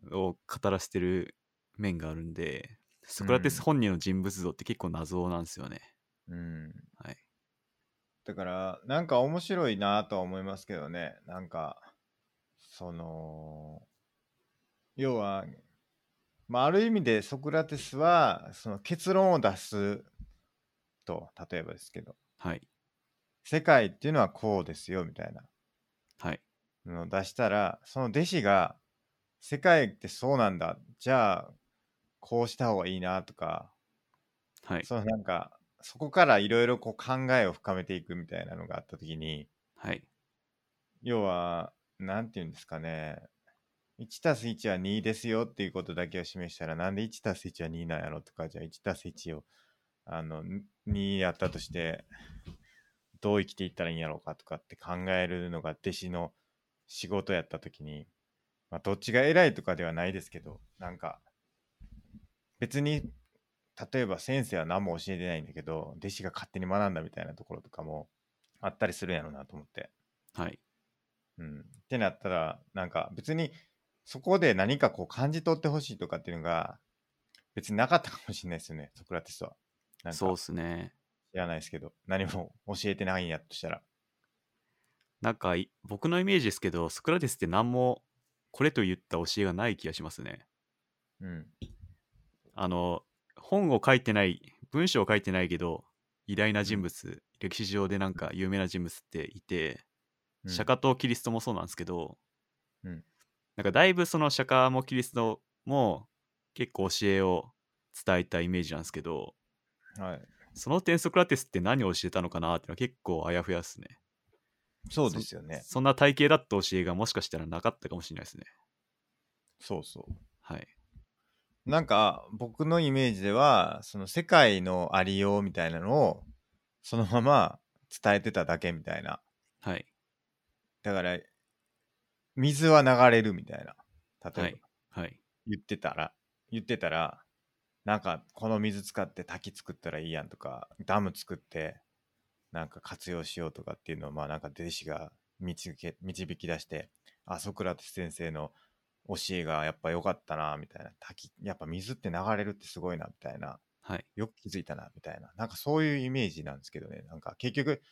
を語らせてる面があるんで、ソクラテスうん。 本人の人物像って結構謎なんですよね。 うん。 はい。 だから、なんか面白いなとは思いますけどね。なんか、その、要は、まあ、ある意味でソクラテスは、その結論を出すと、例えばですけど、 はい。 世界っていうのはこうですよ、みたいなはい。 のを出したら、その弟子が、世界ってそうなんだ。じゃあ、こうした方がいいなとか、 はい。 そのなんか、そこからいろいろこう考えを深めていくみたいなのがあったときに、 はい。 要は、なんていうんですかね、1たす1は2ですよっていうことだけを示したら、なんで1たす1は2なんやろとか、じゃあ1たす1を、2やったとして、どう生きていったらいいんやろうかとかって考えるのが弟子の仕事やったときに、まあ、どっちが偉いとかではないですけど、なんか、別に、例えば先生は何も教えてないんだけど、弟子が勝手に学んだみたいなところとかもあったりするんやろうなと思って。 はい。 ってなったら、なんか別にそこで何かこう感じ取ってほしいとかっていうのが別になかったかもしれないですよね、ソクラテスは。なんそうっかすね。 知らないですけど、何も教えてないんやとしたら。 なんか僕のイメージですけど、ソクラテスって何もこれと言った教えがない気がしますね。 うん。 あの、本を書いてない、文章を書いてないけど、偉大なうん。 人物、歴史上でなんか有名な人物っていて、 うん。 釈迦とキリストもそうなんですけど、 うん。 なんかだいぶその釈迦もキリストも結構教えを伝えたイメージなんですけど、 はい。 その点ソクラテスって何を教えたのかなっていうのは結構あやふやですね。 そうですよね。 そんな体系だった教えがもしかしたらなかったかもしれないですね。 そうそはい。 う。なんか僕のイメージでは、その世界のありようみたいなのをそのまま伝えてただけみたいな。 はい。 だから水は流れるみたいな。例えばはい。はい。 言ってたら、言ってたら、なんかこの水使って滝作ったらいいやんとか、ダム作ってなんか活用しようとかっていうのをまあなんか弟子が導き出して、あ、ソクラテス先生の教えがやっぱ良かったなみたいな、滝やっぱ水って流れるってすごいなみたいな、 はい。 よく気づいたなみたいな、なんかそういうイメージなんですけどね。なんか結局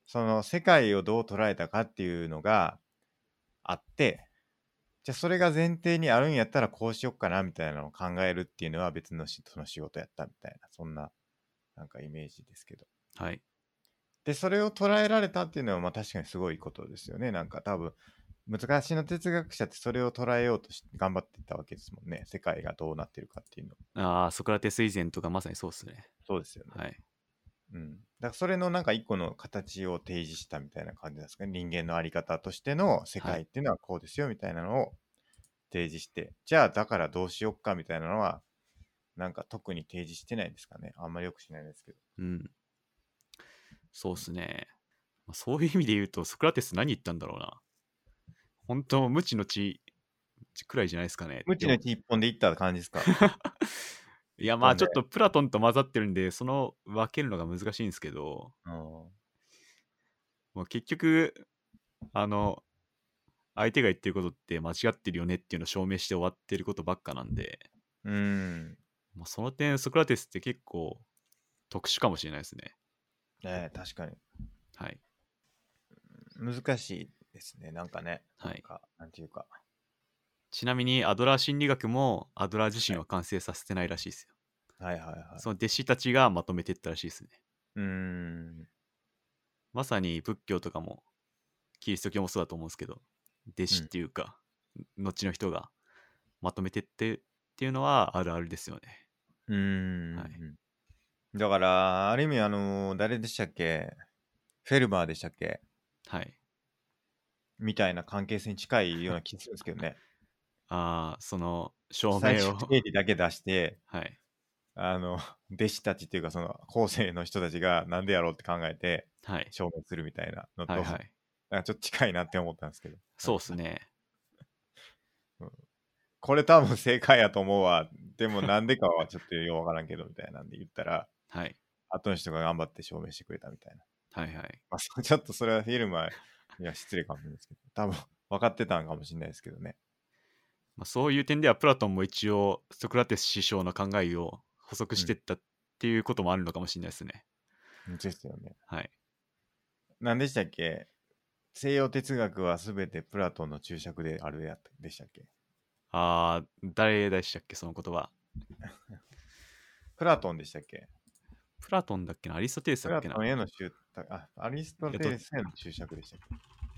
その世界をどう捉えたかっていうのがあって、じゃあそれが前提にあるんやったらこうしよっかなみたいなのを考えるっていうのは別のその仕事やったみたいな、そんななんかイメージですけど。 はい。 で、それを捉えられたっていうのはまあ確かにすごいことですよね。なんか多分、昔の哲学者ってそれを捉えようとして頑張っていったわけですもんね。世界がどうなってるかっていうの。 ああ、ソクラテス以前とかまさにそうですね。 そうですよね。 はい。 うん。だからそれのなんか一個の形を提示したみたいな感じなんですかね。人間のあり方としての世はい。 界っていうのはこうですよみたいなのを提示して、じゃあだからどうしよっかみたいなのは、なんか特に提示してないんですかね。あんまりよくしないですけど。 うん。そうですね。まあ、そういう意味で言うと、ソクラテス何言ったんだろうな。本当無知の知くらいじゃないですかね。 無知の知一本でいった感じですか。 いや、まあ一本で。 ちょっとプラトンと混ざってるんで、その分けるのが難しいんですけど、もう結局、あの、相手が言ってることって間違ってるよねっていうのを証明して終わってることばっかなんで、 うーん。 まあ、その点、ソクラテスって結構特殊かもしれないですね。 確かに。 はい。 難しいですね。なんかね。 はい。 なんか、なんていうか。 ちなみに、アドラー心理学もアドラー自はい。 身は完成させてないらしいですよ。 はいはいはい。 その弟子たちがまとめてったらしいですね。 うーん。 まさに仏教とかも、キリスト教もそうだと思うんですけど、弟子っうん。 ていうか、後の人がまとめてってっていうのはあるあるですよね。 うーはい。 ん。だから、ある意味、誰でしたっけ？フェルマーでしたっけ？ はい。 みたいな関係性に近いような気がするんですけどね。 ああ、その証最終明を定理だけ出して、 はい。 あの、弟子たちっていうか、その後世の人たちがなんでやろうって考えてはい。 証明するみたいなのと、 はいはい。 なんかちょっと近いなって思ったんですけど。なそうっんか、 すね。 うん、これ多分正解やと思うわ。でもなんでかはちょっとよくわからんけど、みたいなんで言ったら、 はい。 後の人が頑張って証明してくれたみたいな。 はいはい。 まあ、ちょっとそれはフィルマーには失礼かもしれないですけど、多分分かってたんかもしれないですけどね。 まあ、そういう点ではプラトンも一応ソクラテス師匠の考えを補足うん。 してったっていうこともあるのかもしれないですね。 ですよね。 はい。 何でしたっけ？西洋哲学はすべてプラトンの注釈であるやつでしたっけ？ あー、誰でしたっけ、その言葉。 プラトンでしたっけ？ プラトンだっけな、アリストテレスだっけな。 プラトンへのアリストテいやレスへの注釈でしたっけ？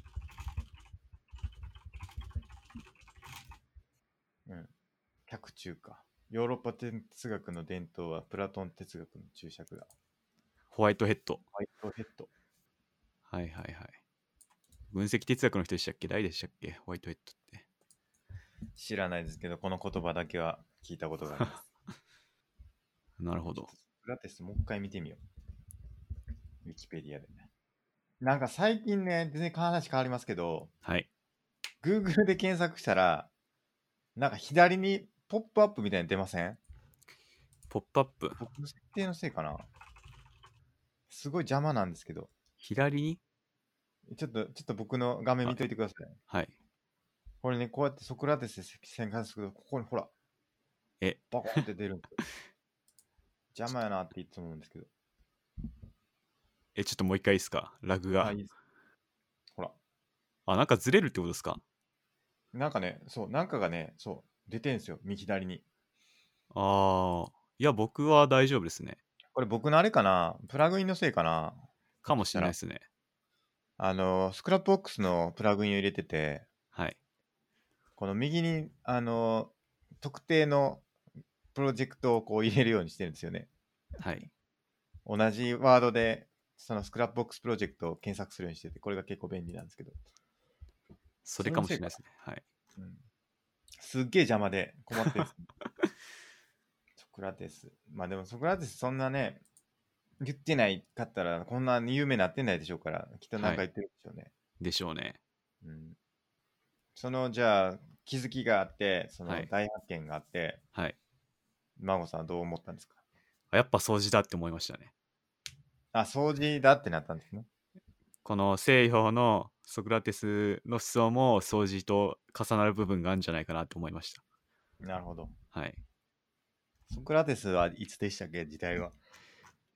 うん。脚注か。ヨーロッパ哲学の伝統はプラトン哲学の注釈だ。 ホワイトヘッド。 ホワイトヘッド。 はいはいはい。分析哲学の人でしたっけ、誰でしたっけ、ホワイトヘッドって。 知らないですけど、この言葉だけは聞いたことがあります。 なるほど。 ちょっとプラテスもう一回見てみよう。ウィキペディアでね。なんか最近ね、全然話変わりますけど、 はい。 Google で検索したら、なんか左にポップアップみたいに出ません？ ポップアップ。 僕の設定のせいかな。すごい邪魔なんですけど。 左にちょっと僕の画面はい。 見といてください。 はい。 これね、こうやってソクラテスで線化すると、ここにほら、 え、 バコンって出るんですよ。邪魔やなっていつも思うんですけど。 ちょっともう一回いいですか、ラグが。 いいです。ほら。 あ、なんかずれるってことですか。 なんかね、そう、なんかがね、そう、出てんすよ。右左に。 あー、いや、僕は大丈夫ですね。 これ僕のあれかな？プラグインのせいかな？ひょかもっとしたら。 しれないですね。 スクラップボックスのプラグインを入れてて、 はい。 この右に、特定のプロジェクトをこう入れるようにしてるんですよね。 はい。 同じワードで、そのスクラップボックスプロジェクトを検索するようにしてて、これが結構便利なんですけど。 それそれのせいかかもしれないですね。はい。 な。うん。すっげえ邪魔で困ってるんです。ソクラテス。まあでもソクラテスそんなね、言ってないかったら、こんなに有名になってないでしょうから、きっとなんはい。 か言ってるでしょうね。 でしょうね。 うん。じゃあ、気づきがあって、そはい。 の大発見があって、 はい。 孫さんはどう思ったんですか？ やっぱ掃除だって思いましたね。 掃除だってなったんですね。 この西洋のソクラテスの思想も掃除と重なる部分があるんじゃないかなと思いました。 なるほど。 はい。 ソクラテスはいつでしたっけ、時代は。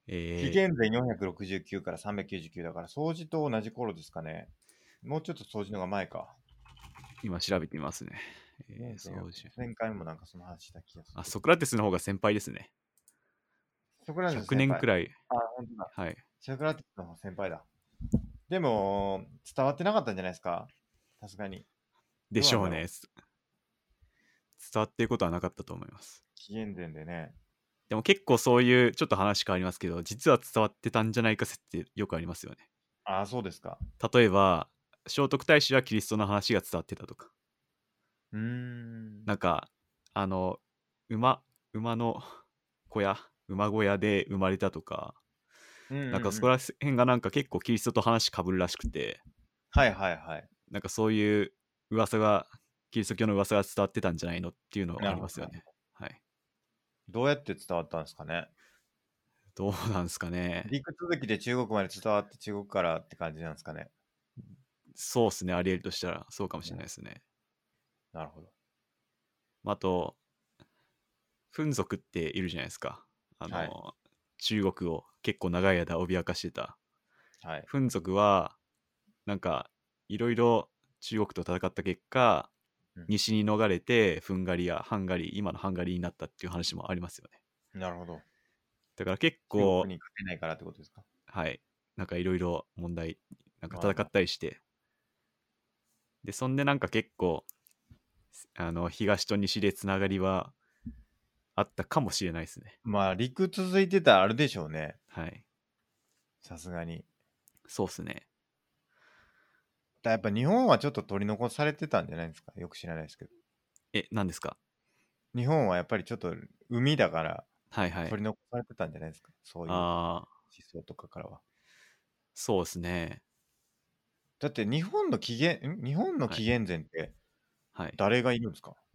紀元前469から399だから、掃除と同じ頃ですかね。もうちょっと掃除のが前か。 今調べてみますね。掃除。 前回もなんかその話した気がするけど。 ソクラテスの方が先輩ですね。 ソクラテス 100 先輩。 年くらい。 あ、本当だ。 はい。 ソクラテスの先輩だ。でも、伝わってなかったんじゃないですか、さすがに。 でしょうね。 どうなんだろう。 伝わっていることはなかったと思います。 紀元前でね。 でも結構そういう、ちょっと話変わりますけど、実は伝わってたんじゃないか説ってよくありますよね。 ああ、そうですか。 例えば、聖徳太子はキリストの話が伝わってたとか。なんか、あの、馬の小屋、馬小屋で生まれたとか、なんかそこら辺がなんか結構キリストと話かぶるらしくて、 はいはいはい。 なんかそういう噂が、キリスト教の噂が伝わってたんじゃないのっていうのはありますよね。はい。 どうやって伝わったんですかね。 どうなんですかね。 陸続きで中国まで伝わって中国からって感じなんですかね。 そうですね、あり得るとしたらそうかもしれないですね。 なるほど。 あと、フン族っているじゃないですか。 はい。 中国を結構長い間脅かしてた。 はい。 フン族は、なんか、いろいろ中国と戦った結果、西に逃れて、フンガリア、ハンガリー、今のハンガリーになったっていう話もありますよね。 なるほど。 だから結中構、 国に勝てないからってことですか。 はい、なんかいろいろ問題、なんか戦まあまあ。 ったりして、で、そんでなんか結構、東と西でつながりはあったかもしれないですね。 まあ、陸続いてたらあるでしょうね。 はい。 さすがに。 そうっすね。 やっぱ日本はちょっと取り残されてたんじゃないですか。よく知らないですけど。 何ですか？ 日本はやっぱりちょっと海だからはいはい。 取り残されてたんじゃないですか。そういう思ああ、 想とかからは。 そうですね。 だって日本のはい。 紀元前ってはい。 誰がいるんですか。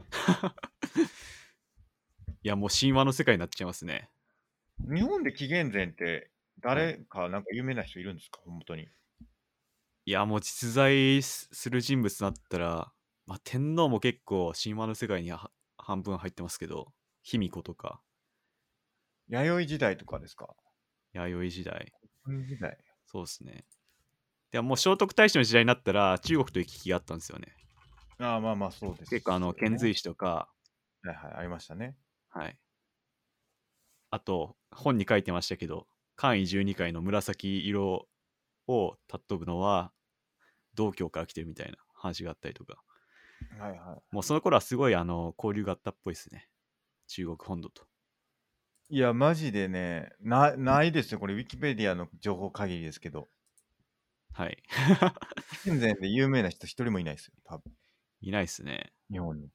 いや、もう神話の世界になっちゃいますね。 日本で紀元前ってはい。 誰かなんか有名な人いるんですか、本当に。 いや、もう実在する人物だったら、まあ、天皇も結構神話の世界に半分入ってますけど、卑弥呼とか、 弥生時代とかですか。 弥生時代。 時代。 そうですね。でももう聖徳太子の時代になったら中国と行き来があったんですよね。 ああ、まあまあ、そうで結構すよね。 遣隋使とか、 はいはい、ありましたね。 はい。あと、本に書いてましたけど、漢位12回の紫色を尊ぶのは道教から来てるみたいな話があったりとか、 はいはもうその頃はすごい交流があったっぽいですね。中国本土と。 い。いや、マジでね、ないですよ。これ、ウィキペディアの情報限りですけど。 はい。 紀元前で有名な人一人もいないですよ。多分、 いないですね。 日本に。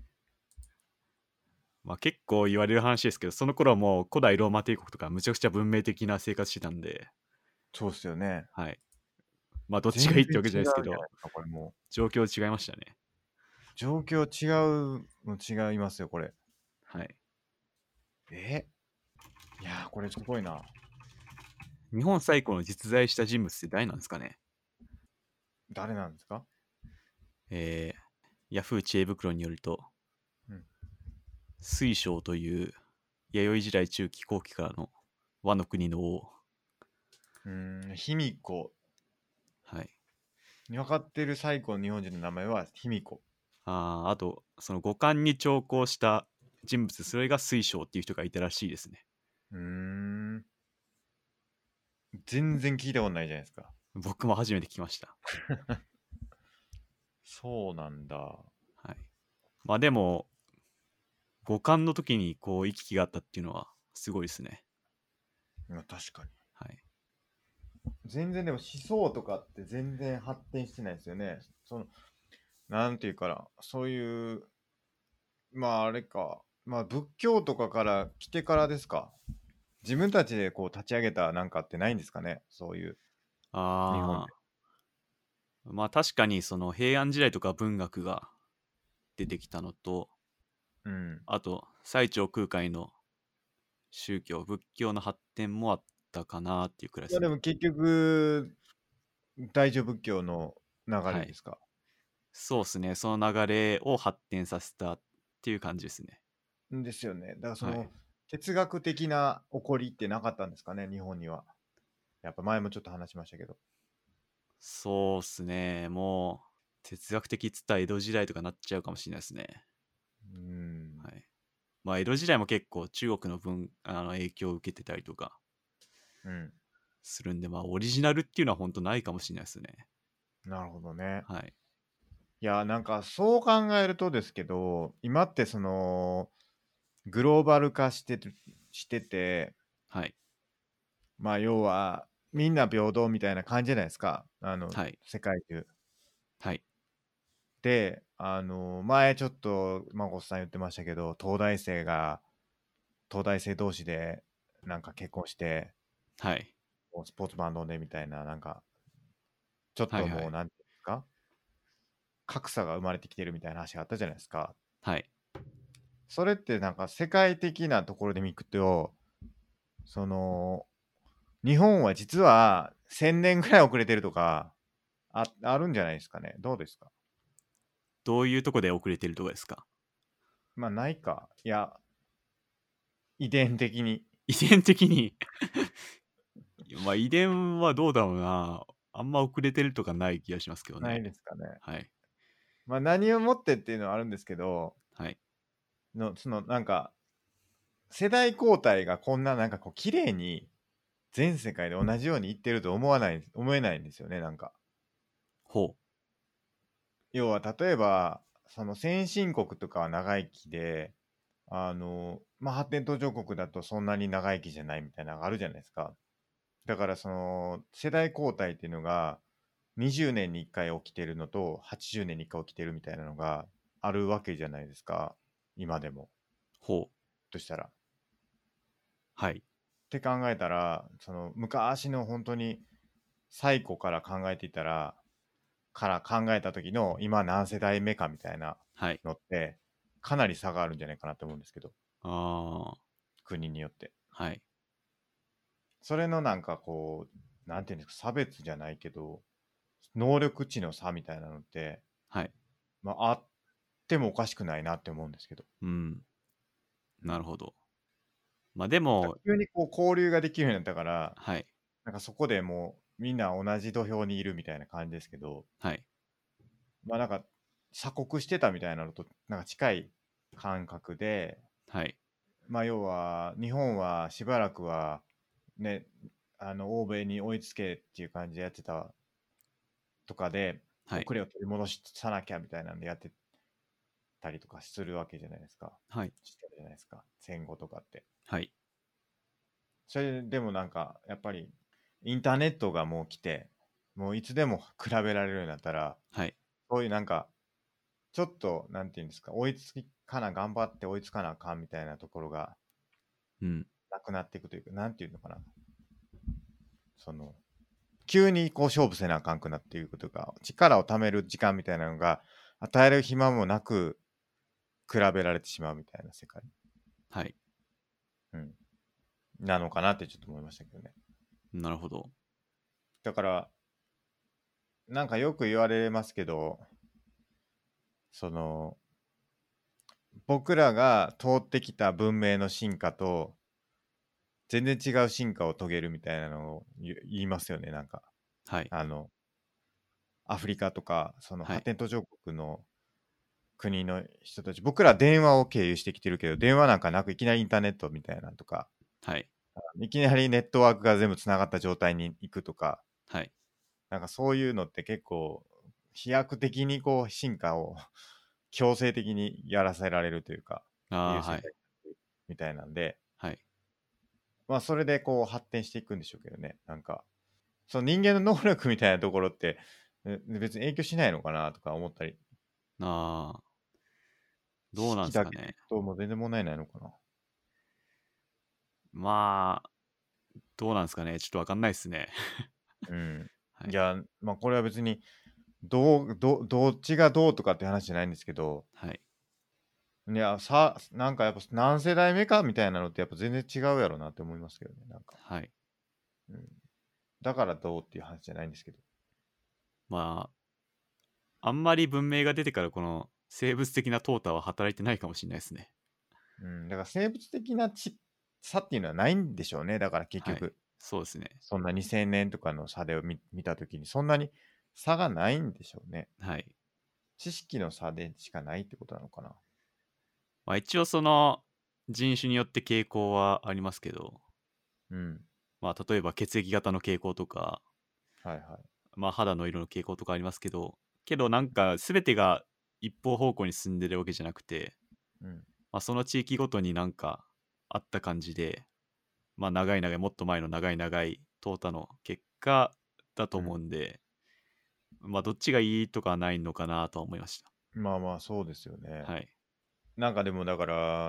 まあ結構言われる話ですけど、その頃はもう古代ローマ帝国とかむちゃくちゃ文明的な生活してたんで、 そうっすよね。 はい。まあどっちがいいってわけじゃ全然違うじゃないですけど、 ないですか、これもう。 状況違いましたね。 状況違うの違いますよ、これ。 はい。 えいやー、これすごいな。 日本最古の実在した人物って誰なんですかね？ 誰なんですか。 ヤフー知恵袋によると、 うん。 水晶という弥生時代中期後期からの和の国の王。 卑弥呼。 はい。 分かってる最古の日本人の名前は卑弥呼。 あと、その五冠に調校した人物、それが水晶っていう人がいたらしいですね。 うーん。全然聞いたことないじゃないですか。 僕も初めて聞きました。 そうなんだ。 はい。まあでも、五冠の時にこう行き来があったっていうのはすごいですね。 まあ、確かに。 はい。 全然でも思想とかって全然発展してないですよね。なんていうかな、そういう、まああれか、まあ仏教とかから来てからですか。自分たちでこう立ち上げたなんかってないんですかね、そういう日本で。 あまあ確かにその平安時代とか文学が出てきたのと、 うん。 あと最澄空海の宗教、仏教の発展もあったかなっていうくらいですね。 いやでも結局、大乗仏教の流はい。 れですか。 そうですね。その流れを発展させたっていう感じですね。 んですよね。だからはい。 哲学的な起こりってなかったんですかね、日本には。やっぱ前もちょっと話しましたけど。 そうっすね。もう、哲学的っつったら江戸時代とかなっちゃうかもしれないですね。 うん。 はい。まあ、江戸時代も結構中国の影響を受けてたりとかうん。 するんで、まあ、オリジナルっていうのは本当ないかもしれないですね。 なるほどね。 はい。 いや、なんかそう考えるとですけど、今ってその、グローバル化してて、 はい。 まあ要は、みんな平等みたいな感じじゃないですか。 はい。 世界中。 はい。 で、前ちょっと、マコスさん言ってましたけど、東大生同士で、なんか結婚して、 はい。 スポーツバンドでみたいな、なんか、ちょっともう、 はいはい。 なんていうんですか、格差が生まれてきてるみたいな話があったじゃないですか。 はい。 それってなんか世界的なところで見くと、その、日本は実は1000年ぐらい遅れてるとか、あるんじゃないですかね。どうですか？ どういうとこで遅れてるとこですか？ まあ、ないか。いや、遺伝的に。 遺伝的にまあ遺伝はどうだろうな。あんま遅れてるとかない気がしますけどね。 ないですかね。 はい。 まあ、何をもってっていうのはあるんですけど、 はい。 なんか、世代交代がこんな、なんかこう、綺麗に全世界で同じようにいってると思えないんですよね、なんか。 ほう。 要は、例えば、その先進国とかは長生きで、まあ、発展途上国だとそんなに長生きじゃないみたいなのがあるじゃないですか。だから、その、世代交代っていうのが、20年に1回起きてるのと、80年に1回起きてるみたいなのがあるわけじゃないですか。今でも。 ほう。 としたら。 はい。 って考えたら、その、昔の本当に最古から考えていたら、から考えた時の今何世代目かみたいなはい。 のって、かなり差があるんじゃないかなと思うんですけど、 ああ。 国によって。 はい。 それのなんかこう、なんていうんですか、差別じゃないけど、能力値の差みたいなのって、 はい。 まあ、あってもおかしくないなって思うんですけど。 うん。 うん。 なるほど。まあでも、 急にこう交流ができるようになったから、 はい。 なんかそこでもうみんな同じ土俵にいるみたいな感じですけど、 はい。 まあなんか鎖国してたみたいなのとなんか近い感覚で、 はい。 まあ要は日本はしばらくはね、欧米に追いつけっていう感じでやってたとかで、 はい。 遅れを取り戻さなきゃみたいなんでやってたりとかするわけじゃないですか。 はい。 してるじゃないですか。戦後とかって。 はい。 それでもなんかやっぱりインターネットがもう来て、もういつでも比べられるようになったら、 はい。 そういうなんかちょっと、なんていうんですか、追いつかな、頑張って追いつかなあかんみたいなところがうん。 なくなっていくというか、なんていうのかな。その、急にこう勝負せなあかんくなっていくというか、力を貯める時間みたいなのが与える暇もなく比べられてしまうみたいな世界、 はい。 うん、なのかなってちょっと思いましたけどね。 なるほど。 だから、なんかよく言われますけど、その、僕らが通ってきた文明の進化と、全然違う進化を遂げるみたいなのを言いますよね、なんか。 はい。 あの、アフリカとか、そのはい。 発展途上国の国の人たち、僕ら電話を経由してきてるけど、電話なんかなくいきなりインターネットみたいなのとか、 はい。 いきなりネットワークが全部つながった状態に行くとか、 はい。 なんかそういうのって結構、飛躍的にこう進化を強制的にやらせられるというか、いああ、 う世界はい。 みたいなんで、 はい。 まあそれでこう発展していくんでしょうけどね、なんか、その人間の能力みたいなところって、別に影響しないのかなとか思ったり、 ああ、どうなんで式だけでいすかね。 くともう全然問題ないのかな。 まあ、どうなんですかね。ちょっとわかんないですね。 うん。 はい。 いや、まあこれは別にどっちがどうとかって話じゃないんですけど、 はい。 いや、なんかやっぱ何世代目かみたいなのってやっぱ全然違うやろなって思いますけどね、なんか。 はい。 うん、だからどうっていう話じゃないんですけど。 まあ、あんまり文明が出てからこの生物的な淘汰は働いてないかもしれないですね。 うん、だから生物的な差っていうのはないんでしょうね。だから結はい。 局、 そうですね。 そんな2000年とかの差で見たときに、そんなに差がないんでしょうね。 はい。 知識の差でしかないってことなのかな。 まあ一応その人種によって傾向はありますけど、 うん。 まあ例えば血液型の傾向とか、 はいはい。 まあ肌の色の傾向とかありますけどなんか全てが一方方向に進んでるわけじゃなくて、 うん。 まあその地域ごとになんかあった感じで、まあ長い長い、もっと前の長い長い淘汰の結果だとうん。 思うんで、まあどっちがいいとかはないのかなとは思いました。 まあまあ、そうですよね。 はい。 なんかでもだから、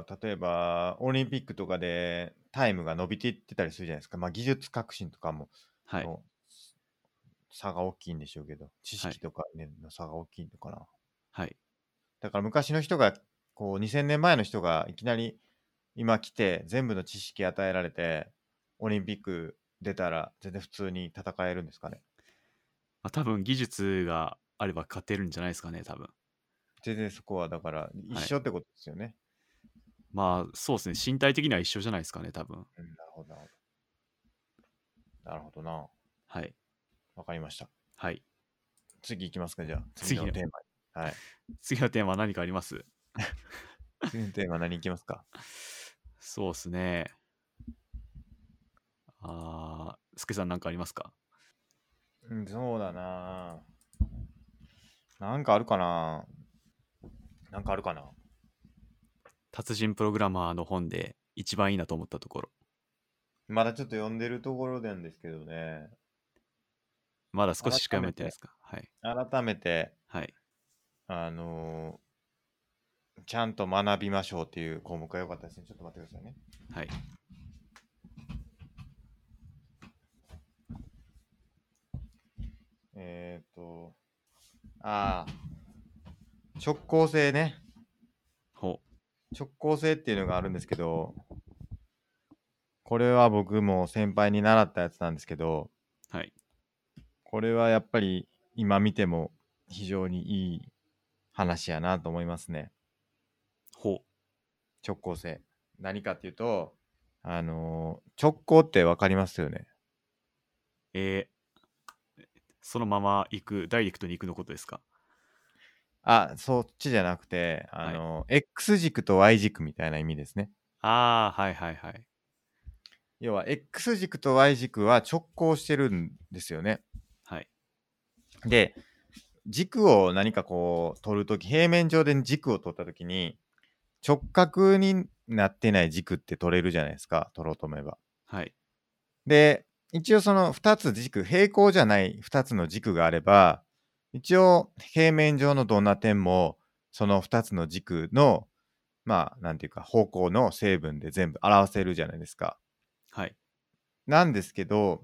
例えば、オリンピックとかでタイムが伸びていってたりするじゃないですか。まあ、技術革新とかも、 はい。 の差が大きいんでしょうけど、知はい。 識とか、ね、の差が大きいのかな。 はい。 だから昔の人が、こう、2000年前の人がいきなり今来て、全部の知識与えられて、オリンピック出たら全然普通に戦えるんですかね。 まあ、多分技術があれば勝てるんじゃないですかね、多分。 全然そこはだから一はい。 緒ってことですよね。 まあ、そうですね。身体的には一緒じゃないですかね、多分。 うん、なるほど、なるほど。なるほどな。 はい。 わかりました。 はい。 次行きますか、じゃあ。次次の、 のテーマに。はい。 次のテーマは何かあります？ 次のテーマ何行きますか？ そうですね。すけさんなんかありますか？ うん、そうだな。なんかあるかな。なんかあるかな。 達人プログラマーの本で一番いいなと思ったところ。 まだちょっと読んでるところなんですけどね。 まだ少ししか改めて、 読めてないですか？はい。 改めて、 はい。 あのちゃんと学びましょうっていう項目が良かったですね。ちょっと待ってくださいね。 はい。 えっ、と、ああ、直行性ね。 ほ直行性っていうのがあるんですけど、これは僕も先輩に習ったやつなんですけど、 う。はい。 これはやっぱり今見ても非常にいい話やなと思いますね。 ほ直行性。何かっていうと、直行ってわかりますよね。 えそのまま行く、ダイレクトに行くのことですか？ あ、そっちじゃなくて、 はい。 X 軸と Y 軸みたいな意味ですね。 はいはいはい。 要は X 軸と Y 軸は直行してるんですよね。 はい。 で、軸を何かこう取るとき、平面上で軸を取ったときに、直角になってない軸って取れるじゃないですか、取ろうと思えば。 はい。 で、一応その2つ軸、平行じゃない2つの軸があれば、一応平面上のどんな点も、その2つの軸の、まあ、なんていうか、方向の成分で全部表せるじゃないですか。 はい。 なんですけど、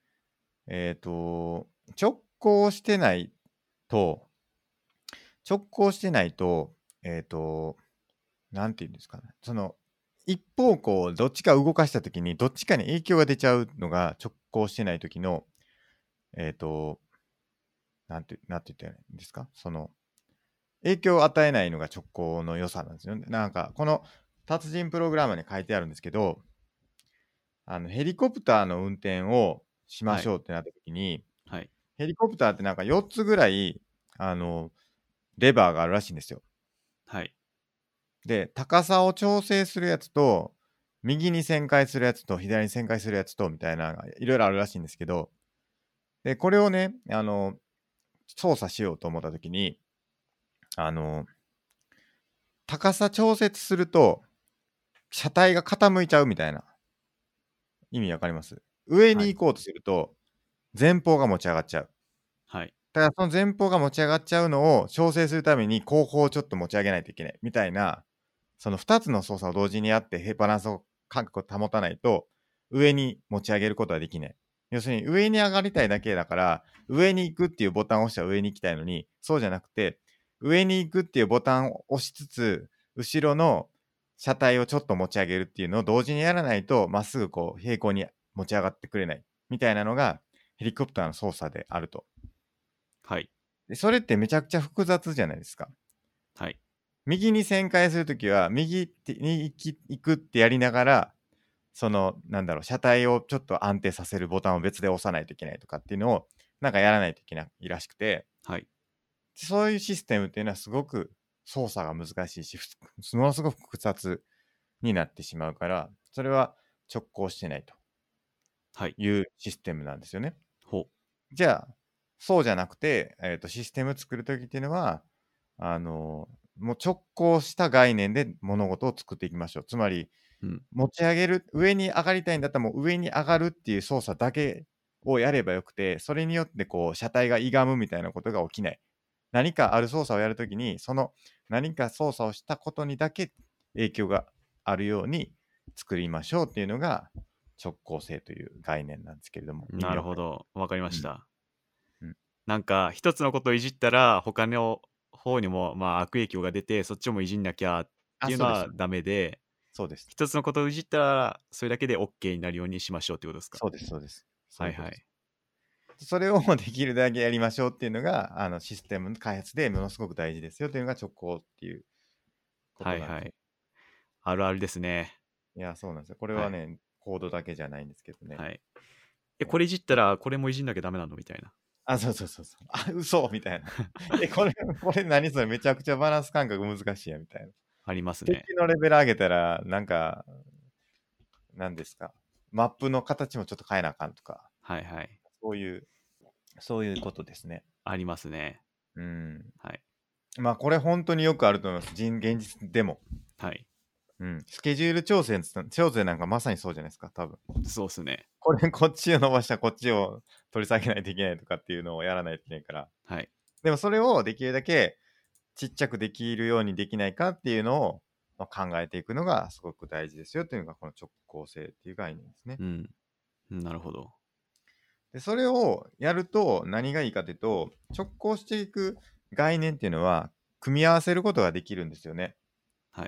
直行してないと、直行してないと、えっ、と、なんていうんですかね。その、一方向どっちか動かしたときに、どっちかに影響が出ちゃうのが直行してないときの、えっ、と、なんて言ったらいいんですか、その、影響を与えないのが直行の良さなんですよね。なんか、この達人プログラムに書いてあるんですけど、ヘリコプターの運転をしまはい。 しょうってなったときに、 はい。 ヘリコプターってなんか4つぐらい、あの、レバーがあるらしいんですよ。 はい。 で、高さを調整するやつと、右に旋回するやつと、左に旋回するやつと、みたいな、いろいろあるらしいんですけど、で、これをね、操作しようと思ったときに、あの、高さ調節すると、車体が傾いちゃうみたいな意味わかります？上はい。 に行こうとすると、前方が持ち上がっちゃう。 はい。 だからその前方が持ち上がっちゃうのを調整するために後方をちょっと持ち上げないといけないみたいな、その2つの操作を同時にやってバランスを感覚を保たないと上に持ち上げることはできない。要するに上に上がりたいだけだから上に行くっていうボタンを押したら上に行きたいのに、そうじゃなくて上に行くっていうボタンを押しつつ後ろの車体をちょっと持ち上げるっていうのを同時にやらないとまっすぐこう平行に持ち上がってくれないみたいなのがヘリコプターの操作であると。 はい。 で、それってめちゃくちゃ複雑じゃないですか。 はい。 右に旋回するときは、右に行くってやりながら、 なんだろう、車体をちょっと安定させるボタンを別で押さないといけないとかっていうのを、なんかやらないといけないらしくて、 はい。 そういうシステムっていうのはすごく操作が難しいし、ものすごく複雑になってしまうから、それは直行してないとはい。 いうシステムなんですよね。 ほじゃあ、そうじゃなくて、システム作るときっていうのは、もう直行した概念で物事を作っていきましょう。つまり、 う。うん。 持ち上げる、上に上がりたいんだったらもう上に上がるっていう操作だけをやればよくて、それによってこう車体が歪むみたいなことが起きない。何かある操作をやるときに、その何か操作をしたことにだけ影響があるように作りましょうっていうのが直行性という概念なんですけれども、意な味わかりるほど。わかりまます。 した。 うん。 なんか、一つのことをいじったら、他の方にも、まあ、悪影響が出て、そっちもいじんなきゃってあ、 いうのそうです。 はダメで、 そうです。 一つのことをいじったら、それだけでオッケーになるようにしましょうってことですか？ そうですそうです。そういうことです。 はいはい。 それをできるだけやりましょうっていうのが、システムの開発でものすごく大事ですよっていうのが直行っていうことなんですよ。 はいはい。あるあるですね。 いや、そうなんですよ。これはい。 はね、コードだけじゃないんですけどね。 はい。こね。 れいじったら、これもいじんなきゃダメなのみたいな。 あ、そうそうそうそう。あ、嘘みたいな。これ何それめちゃくちゃバランス感覚難しいやみたいな。 ありますね。 敵のレベル上げたら、なんか、何ですか。マップの形もちょっと変えなあかんとか、 はいはい。 そういう、そういうことですね。 ありますね。 うん。 はい。 まあ、これ本当によくあると思います。現実でも。 はい。 うん。スケジュール調整なんかまさにそうじゃないですか、多分。 そうっすね。 こっちを伸ばしたらこっちを取り下げないといけないとかっていうのをやらないといけないから。 はい。 でもそれをできるだけちっちゃくできるようにできないかっていうのを、まあ、考えていくのがすごく大事ですよっていうのがこの直行性っていう概念ですね。 うん。なるほど。 で、それをやると何がいいかというと、直行していく概念っていうのは組み合わせることができるんですよね。 はい。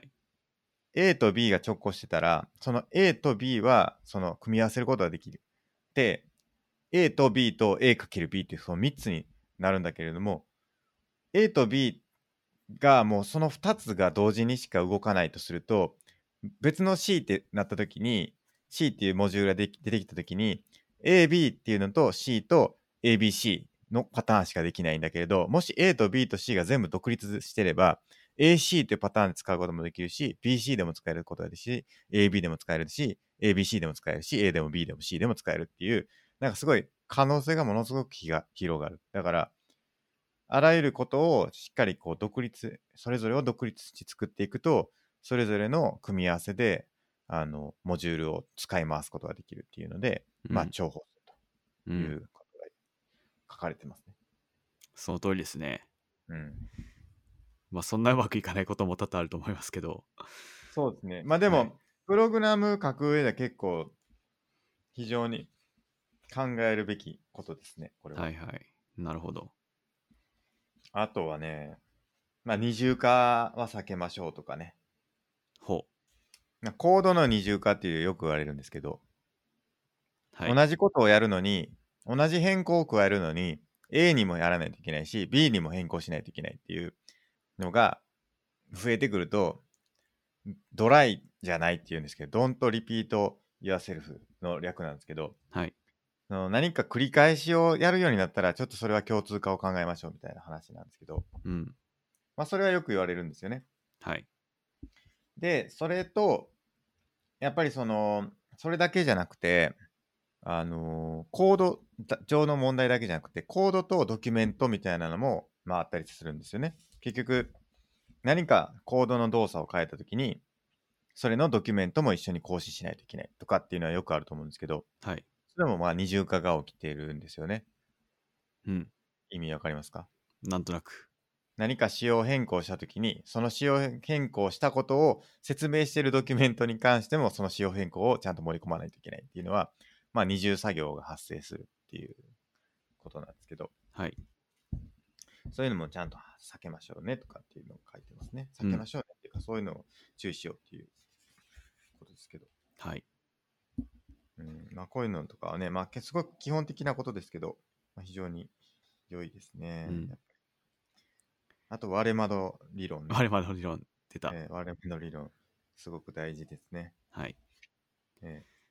A と B が直行してたら、その A と B はその組み合わせることができる。で、A と B と A×B っていうその3つになるんだけれども、A と B がもうその2つが同時にしか動かないとすると、別の C ってなった時に、C っていうモジュールが出てきた時に、AB っていうのと C と ABC のパターンしかできないんだけれど、もし A と B と C が全部独立してれば、AC っていうパターンで使うこともできるし、BC でも使えることができるし、AB でも使えるし、ABC でも使えるし、A でも B でも C でも使えるっていう、なんかすごい可能性がものすごく広がる。だから、あらゆることをしっかりこうそれぞれを独立して作っていくと、それぞれの組み合わせで、モジュールを使い回すことができるっていうので、まあ、 うん。 重宝するというん。 うことが書かれてますね。 その通りですね。 うん。 まあ、そんなうまくいかないことも多々あると思いますけど。 そうですね。まあではい。 も、プログラム書く上では結構非常に考えるべきことですね、これは。 はいはい。なるほど。 あとはね、まあ二重化は避けましょうとかね。 ほう。 コードの二重化っていうよく言われるんですけど、 はい。 同じことをやるのに、同じ変更を加えるのに、A にもやらないといけないし、B にも変更しないといけないっていうのが増えてくると、ドライじゃないっていうんですけど、Don't repeat yourself の略なんですけど、 はい。 何か繰り返しをやるようになったら、ちょっとそれは共通化を考えましょうみたいな話なんですけど、 うん。 まあそれはよく言われるんですよね。 はい。 で、それと、やっぱりそれだけじゃなくて、コード上の問題だけじゃなくて、コードとドキュメントみたいなのも、まあ、あったりするんですよね。結局、何かコードの動作を変えたときに、それのドキュメントも一緒に更新しないといけないとかっていうのはよくあると思うんですけど、 はい。 それもまあ二重化が起きているんですよね。 うん。 意味わかりますか？ なんとなく。 何か仕様変更したときに、その仕様変更したことを説明しているドキュメントに関しても、その仕様変更をちゃんと盛り込まないといけないっていうのは、まあ二重作業が発生するっていうことなんですけど、 はい。 そういうのもちゃんと避けましょうねとかっていうのを書いてますね。 うん。 避けましょうねっていうか、そういうのを注意しようっていうことですけど。 はい。 まあこういうのとかはね、まあすごく基本的なことですけど、まあ、非常に良いですね。 うん。 あと割れ窓理論ね。 我々の理論出た。 割れ窓理論、すごく大事ですね。 はい。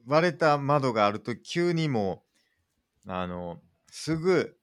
割れた窓があると急にもう、すぐ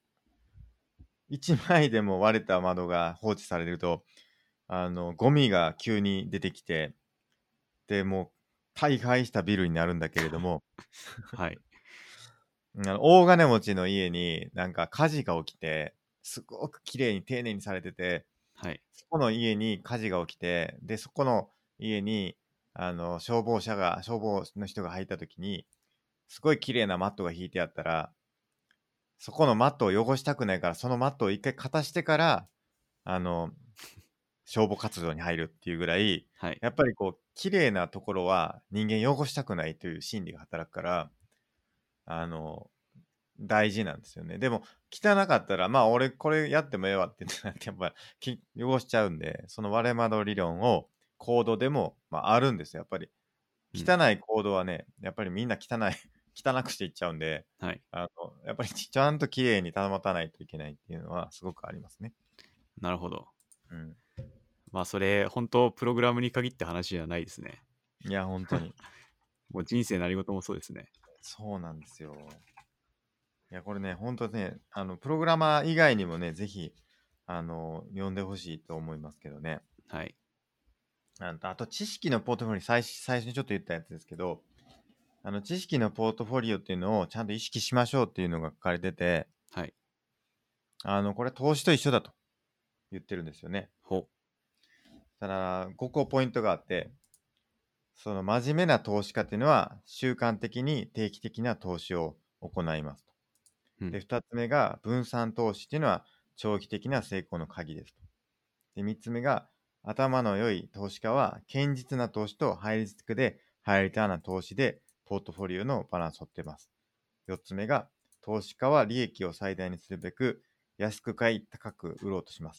1枚でも割れた窓が放置されると、ゴミが急に出てきて、で、もう大敗したビルになるんだけれども、 はい。 大金持ちの家になんか火事が起きて、すごく綺麗に丁寧にされてて、 はい。 そこの家に火事が起きて、で、そこの家に、消防の人が入った時に、すごい綺麗なマットが引いてあったら、そこのマットを汚したくないから、そのマットを一回片してから、あの、消防活動に入るっていうぐらい、 はい。 やっぱりこう、綺麗なところは人間汚したくないという心理が働くから、あの、大事なんですよね。でも、汚かったら、まあ、俺これやってもええわって言ってなって、やっぱ汚しちゃうんで、その割れ窓理論をコードでも、まあ、あるんですよ、やっぱり。 うん。 汚いコードはね、やっぱりみんな汚くしていっちゃうんで、 はい。 やっぱりちゃんと綺麗に保たないといけないっていうのはすごくありますね。 なるほど。 うん。 まあ、それ、本当プログラムに限って話じゃないですね。 いや、本当に。 もう人生何事もそうですね。 そうなんですよ。いや、これね、本当ね、プログラマー以外にもね、ぜひ、読んでほしいと思いますけどね。 はい。 あと、知識のポートフォリオ、最初にちょっと言ったやつですけど、知識のポートフォリオっていうのをちゃんと意識しましょうっていうのが書かれてて、 はい。 これ投資と一緒だと言ってるんですよね。 ほ。 ただ、5個ポイントがあって、その真面目な投資家っていうのは習慣的に定期的な投資を行いますと。で、 うん。 2つ目が分散投資っていうのは長期的な成功の鍵ですと。で、3つ目が頭の良い投資家は堅実な投資とハイリスクでハイリターンな投資でポートフォリオのバランスをとっています。4つ目が投資家は利益を最大にするべく安く買い高く売ろうとします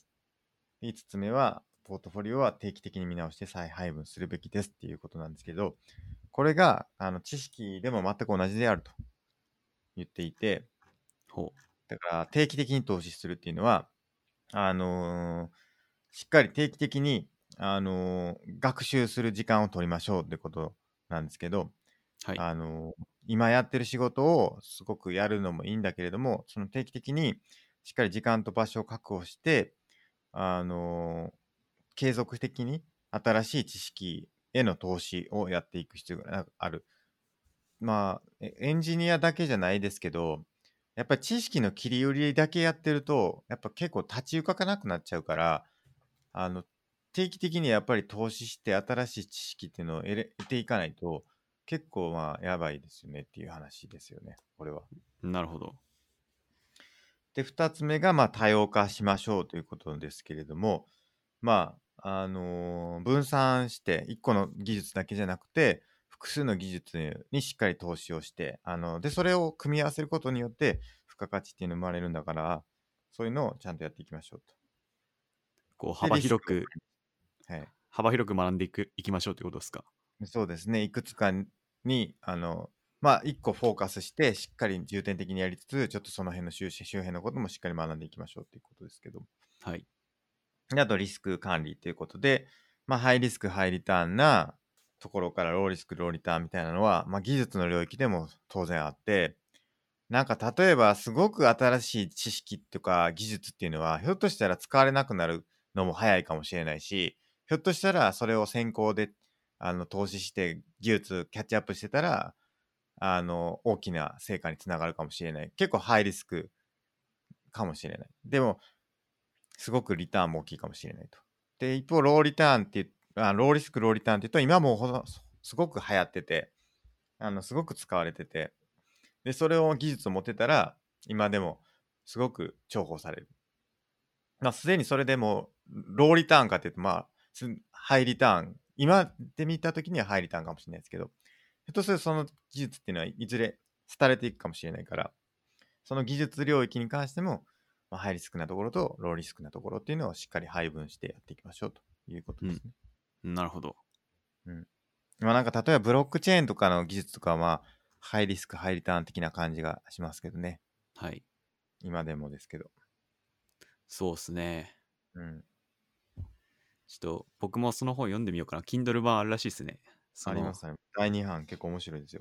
。5つ目はポートフォリオは定期的に見直して再配分するべきですっていうことなんですけど、これが知識でも全く同じであると言っていて、 ほだから定期的に投資するっていうのは、あのーしっかり定期的に、学習する時間を取りましょうってことなんですけど、 う。はい。 今やってる仕事をすごくやるのもいいんだけれども、その定期的にしっかり時間と場所を確保して、あの継続的に新しい知識への投資をやっていく必要がある。まあ、エンジニアだけじゃないですけど、やっぱり知識の切り売りだけやってると、やっぱ結構立ち行かなくなっちゃうから、あの、定期的にやっぱり投資して新しい知識っていうのを得ていかないと、結構まあやばいですよねっていう話ですよね、これは。 なるほど。 で、2つ目がまあ多様化しましょうということですけれども、まあ、分散して1個の技術だけじゃなくて、複数の技術にしっかり投資をして、で、それを組み合わせることによって、付加価値っていうのが生まれるんだから、そういうのをちゃんとやっていきましょうと。 こう、 で、リスクを、はい。 幅広く学んでいきましょうってことですか。 そうですね。いくつかに、まあ、1個フォーカスして、しっかり重点的にやりつつ、ちょっとその辺の周辺のこともしっかり学んでいきましょうということですけど。 はい。 であと、リスク管理ということで、まあ、ハイリスク、ハイリターンなところからローリスク、ローリターンみたいなのは、まあ、技術の領域でも当然あって、なんか例えばすごく新しい知識とか技術っていうのは、ひょっとしたら使われなくなるのも早いかもしれないし、ひょっとしたらそれを先行で投資して技術キャッチアップしてたら、大きな成果につながるかもしれない。結構ハイリスクかもしれない。でも、すごくリターンも大きいかもしれないと。で、一方、ローリターンってローリスク、ローリターンって言うと、今もすごく流行ってて、すごく使われてて、で、それを技術を持ってたら、今でもすごく重宝される。まあ、すでにそれでも、ローリターンかっていうと、まあ、ハイリターン、今で見たときにはハイリターンかもしれないですけど、ひょっとするとその技術っていうのはいずれ廃れていくかもしれないから、その技術領域に関しても、まあ、ハイリスクなところとローリスクなところっていうのをしっかり配分してやっていきましょうということうん。 ですね。 なるほど。 うん。まあなんか例えばブロックチェーンとかの技術とかはまあ、ハイリスク、ハイリターン的な感じがしますけどね。 はい。 今でもですけど。 そうっすね。 うん。 ちょっと、僕もその本読んでみようかな。Kindle 版あるらしいですね。その、 ありますね。第2版結構面白いですよ。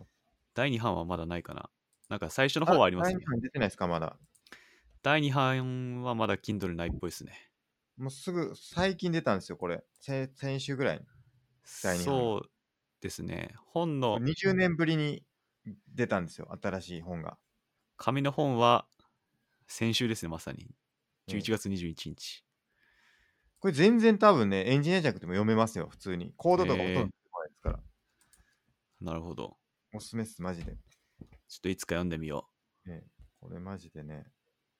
第2版はまだないかな。なんか最初の方あ、 はありますね。 第2版出てないですか、まだ。 第2版はまだ Kindle ないっぽいですね。 もうすぐ、最近出たんですよ、これ。先週ぐらいに、第2版が。 そうですね。本の、 これ20年ぶりに出たんですよ、新しい本が。 紙の本は先週ですね、まさに。11 うん、 月21日。 これ全然多分ね、エンジニアじゃなくても読めますよ、普通に。コードとかほとんどえ出てこないですから。 なるほど。 おすすめっす、マジで。 ちょっといつか読んでみよね、これマジでね、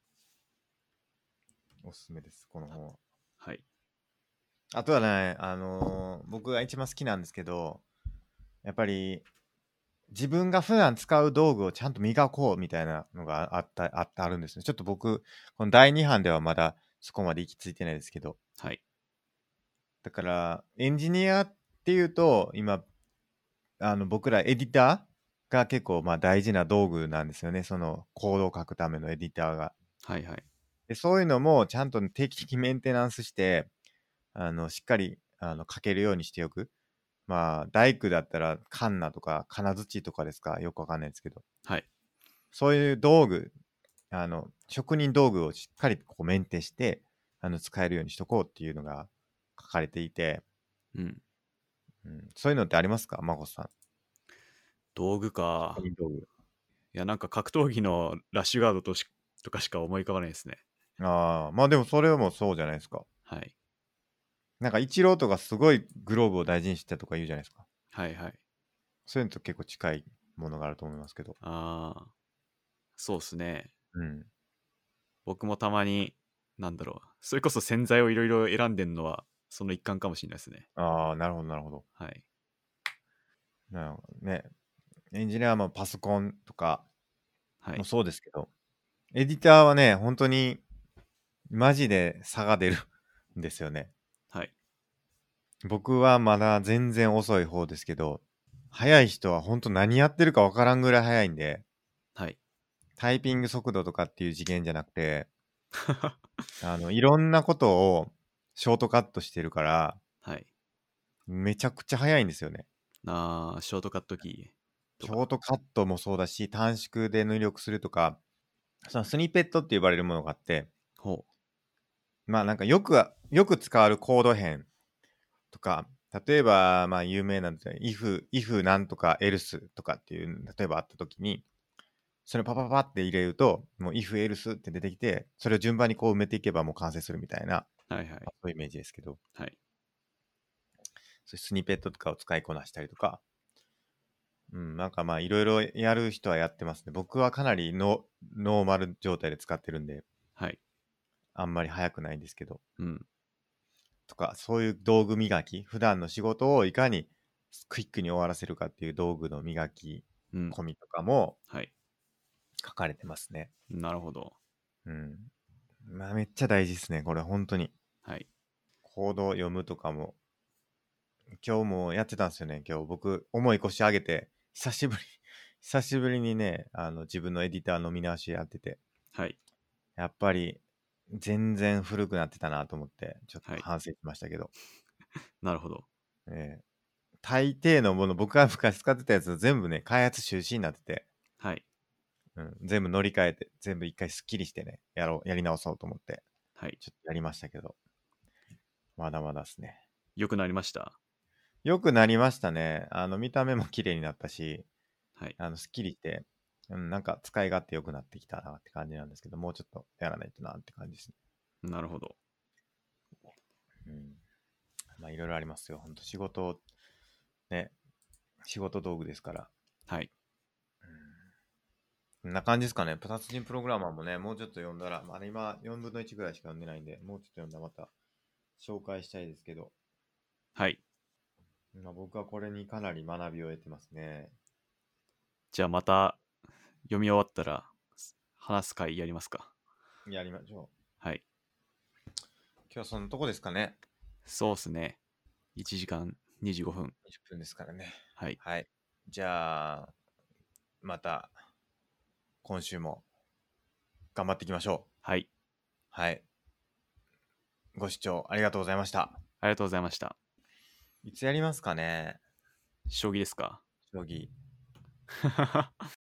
おすすめです、この本は。 う。はい。 あとはね、僕が一番好きなんですけど、やっぱり自分が普段使う道具をちゃんと磨こうみたいなのがあるんですね。ちょっと僕、この第2版ではまだそこまで行き着いてないですけど。 はい。 だから、エンジニアっていうと、今、僕らエディターが結構まあ大事な道具なんですよね。そのコードを書くためのエディターが。 はいはい。 で、そういうのもちゃんと定期的にメンテナンスして、しっかり書けるようにしておく。まあ、大工だったらカンナとか金槌とかですか、よくわかんないですけど、 はい。 そういう道具、職人道具をしっかりこうメンテして、使えるようにしとこうっていうのが書かれていて、 うん。 うん、そういうのってありますか、マコさん。 道具か。 職人道具。 いや、なんか格闘技のラッシュガードとかしか思い浮かばないですね。 ああ、まあでもそれもそうじゃないですか。 はい。 なんかイチローとかすごいグローブを大事にしてたとか言うじゃないですか。 はいはい。 そういうのと結構近いものがあると思いますけど。 ああ、そうっすね。 うん。 僕もたまに、なんだろう。それこそ洗剤をいろいろ選んでんのは、その一環かもしれないですね。 ああ、なるほど、なるほど。 はい。 なるほどね。エンジニアもパソコンとかはい。 もそうですけど、エディターはね、本当にマジで差が出るんですよね。 はい。 僕はまだ全然遅い方ですけど、早い人は本当何やってるかわからんぐらい早いんで、 はい。 タイピング速度とかっていう次元じゃなくて、いろんなことをショートカットしてるから、 はい。 めちゃくちゃ早いんですよね。 ショートカットキーとか。 ショートカットもそうだし、短縮で入力するとか、そのスニペットって呼ばれるものがあって、 ほまあなんかよく使われるコード編とか、例えば、まあ有名なので、if なんとか else とかっていう、例えばあったときに、それをパパパって入れると、もう if else って出てきて、それを順番にこう埋めていけばもう完成するみたいな、 う。はいはい。 そういうイメージですけど、 はい。 そういうスニペットとかを使いこなしたりとか、うん、なんかまあいろいろやる人はやってますね。僕はかなりノーマル状態で使ってるんで、 はい。 あんまり早くないんですけど、 うん。 とか、そういう道具磨き、普段の仕事をいかにクイックに終わらせるかっていう道具の磨きうん。 込みとかもはい。 書かれてますね。 なるほど。 うん。まあめっちゃ大事ですね、これ本当に。 はい。 コードを読むとかも、今日もやってたんですよね。今日僕、重い腰上げて、久しぶりにね、自分のエディターの見直しやってて、 はい。 やっぱり全然古くなってたなと思って、ちょっとはい。 反省しましたけど、 なるほど。 え大抵のもの、僕が昔使ってたやつ全部ね、開発中止になってて、 はい。 うん、全部乗り換えて、全部一回スッキリしてね、やり直そうと思って、 はい。 ちょっとやりましたけど、まだまだですね。 良くなりました。 よくなりましたね。見た目も綺麗になったし、 はい。 すっきりして、うん、なんか使い勝手良くなってきたなって感じなんですけど、もうちょっとやらないとなって感じですね。 なるほど。 うん。まあ、いろいろありますよ。ほんとね、仕事道具ですから。 はい。 うん。こんな感じですかね。達人プログラマーもね、もうちょっと読んだら、まだ今4分の1ぐらいしか読んでないんで、もうちょっと読んだらまた紹介したいですけど、 はい。 まあ、僕はこれにかなり学びを得てますね。 じゃあまた読み終わったら話す回やりますか。 やりましょう。 はい。 今日はそのとこですかね。 そうっすね。1時間25分。 20分ですからね。 はい。 はい。じゃあ、また今週も頑張っていきましょう。 はい。 はい。ご視聴ありがとうございました。 ありがとうございました。 いつやりますかね、 将棋ですか。 将棋。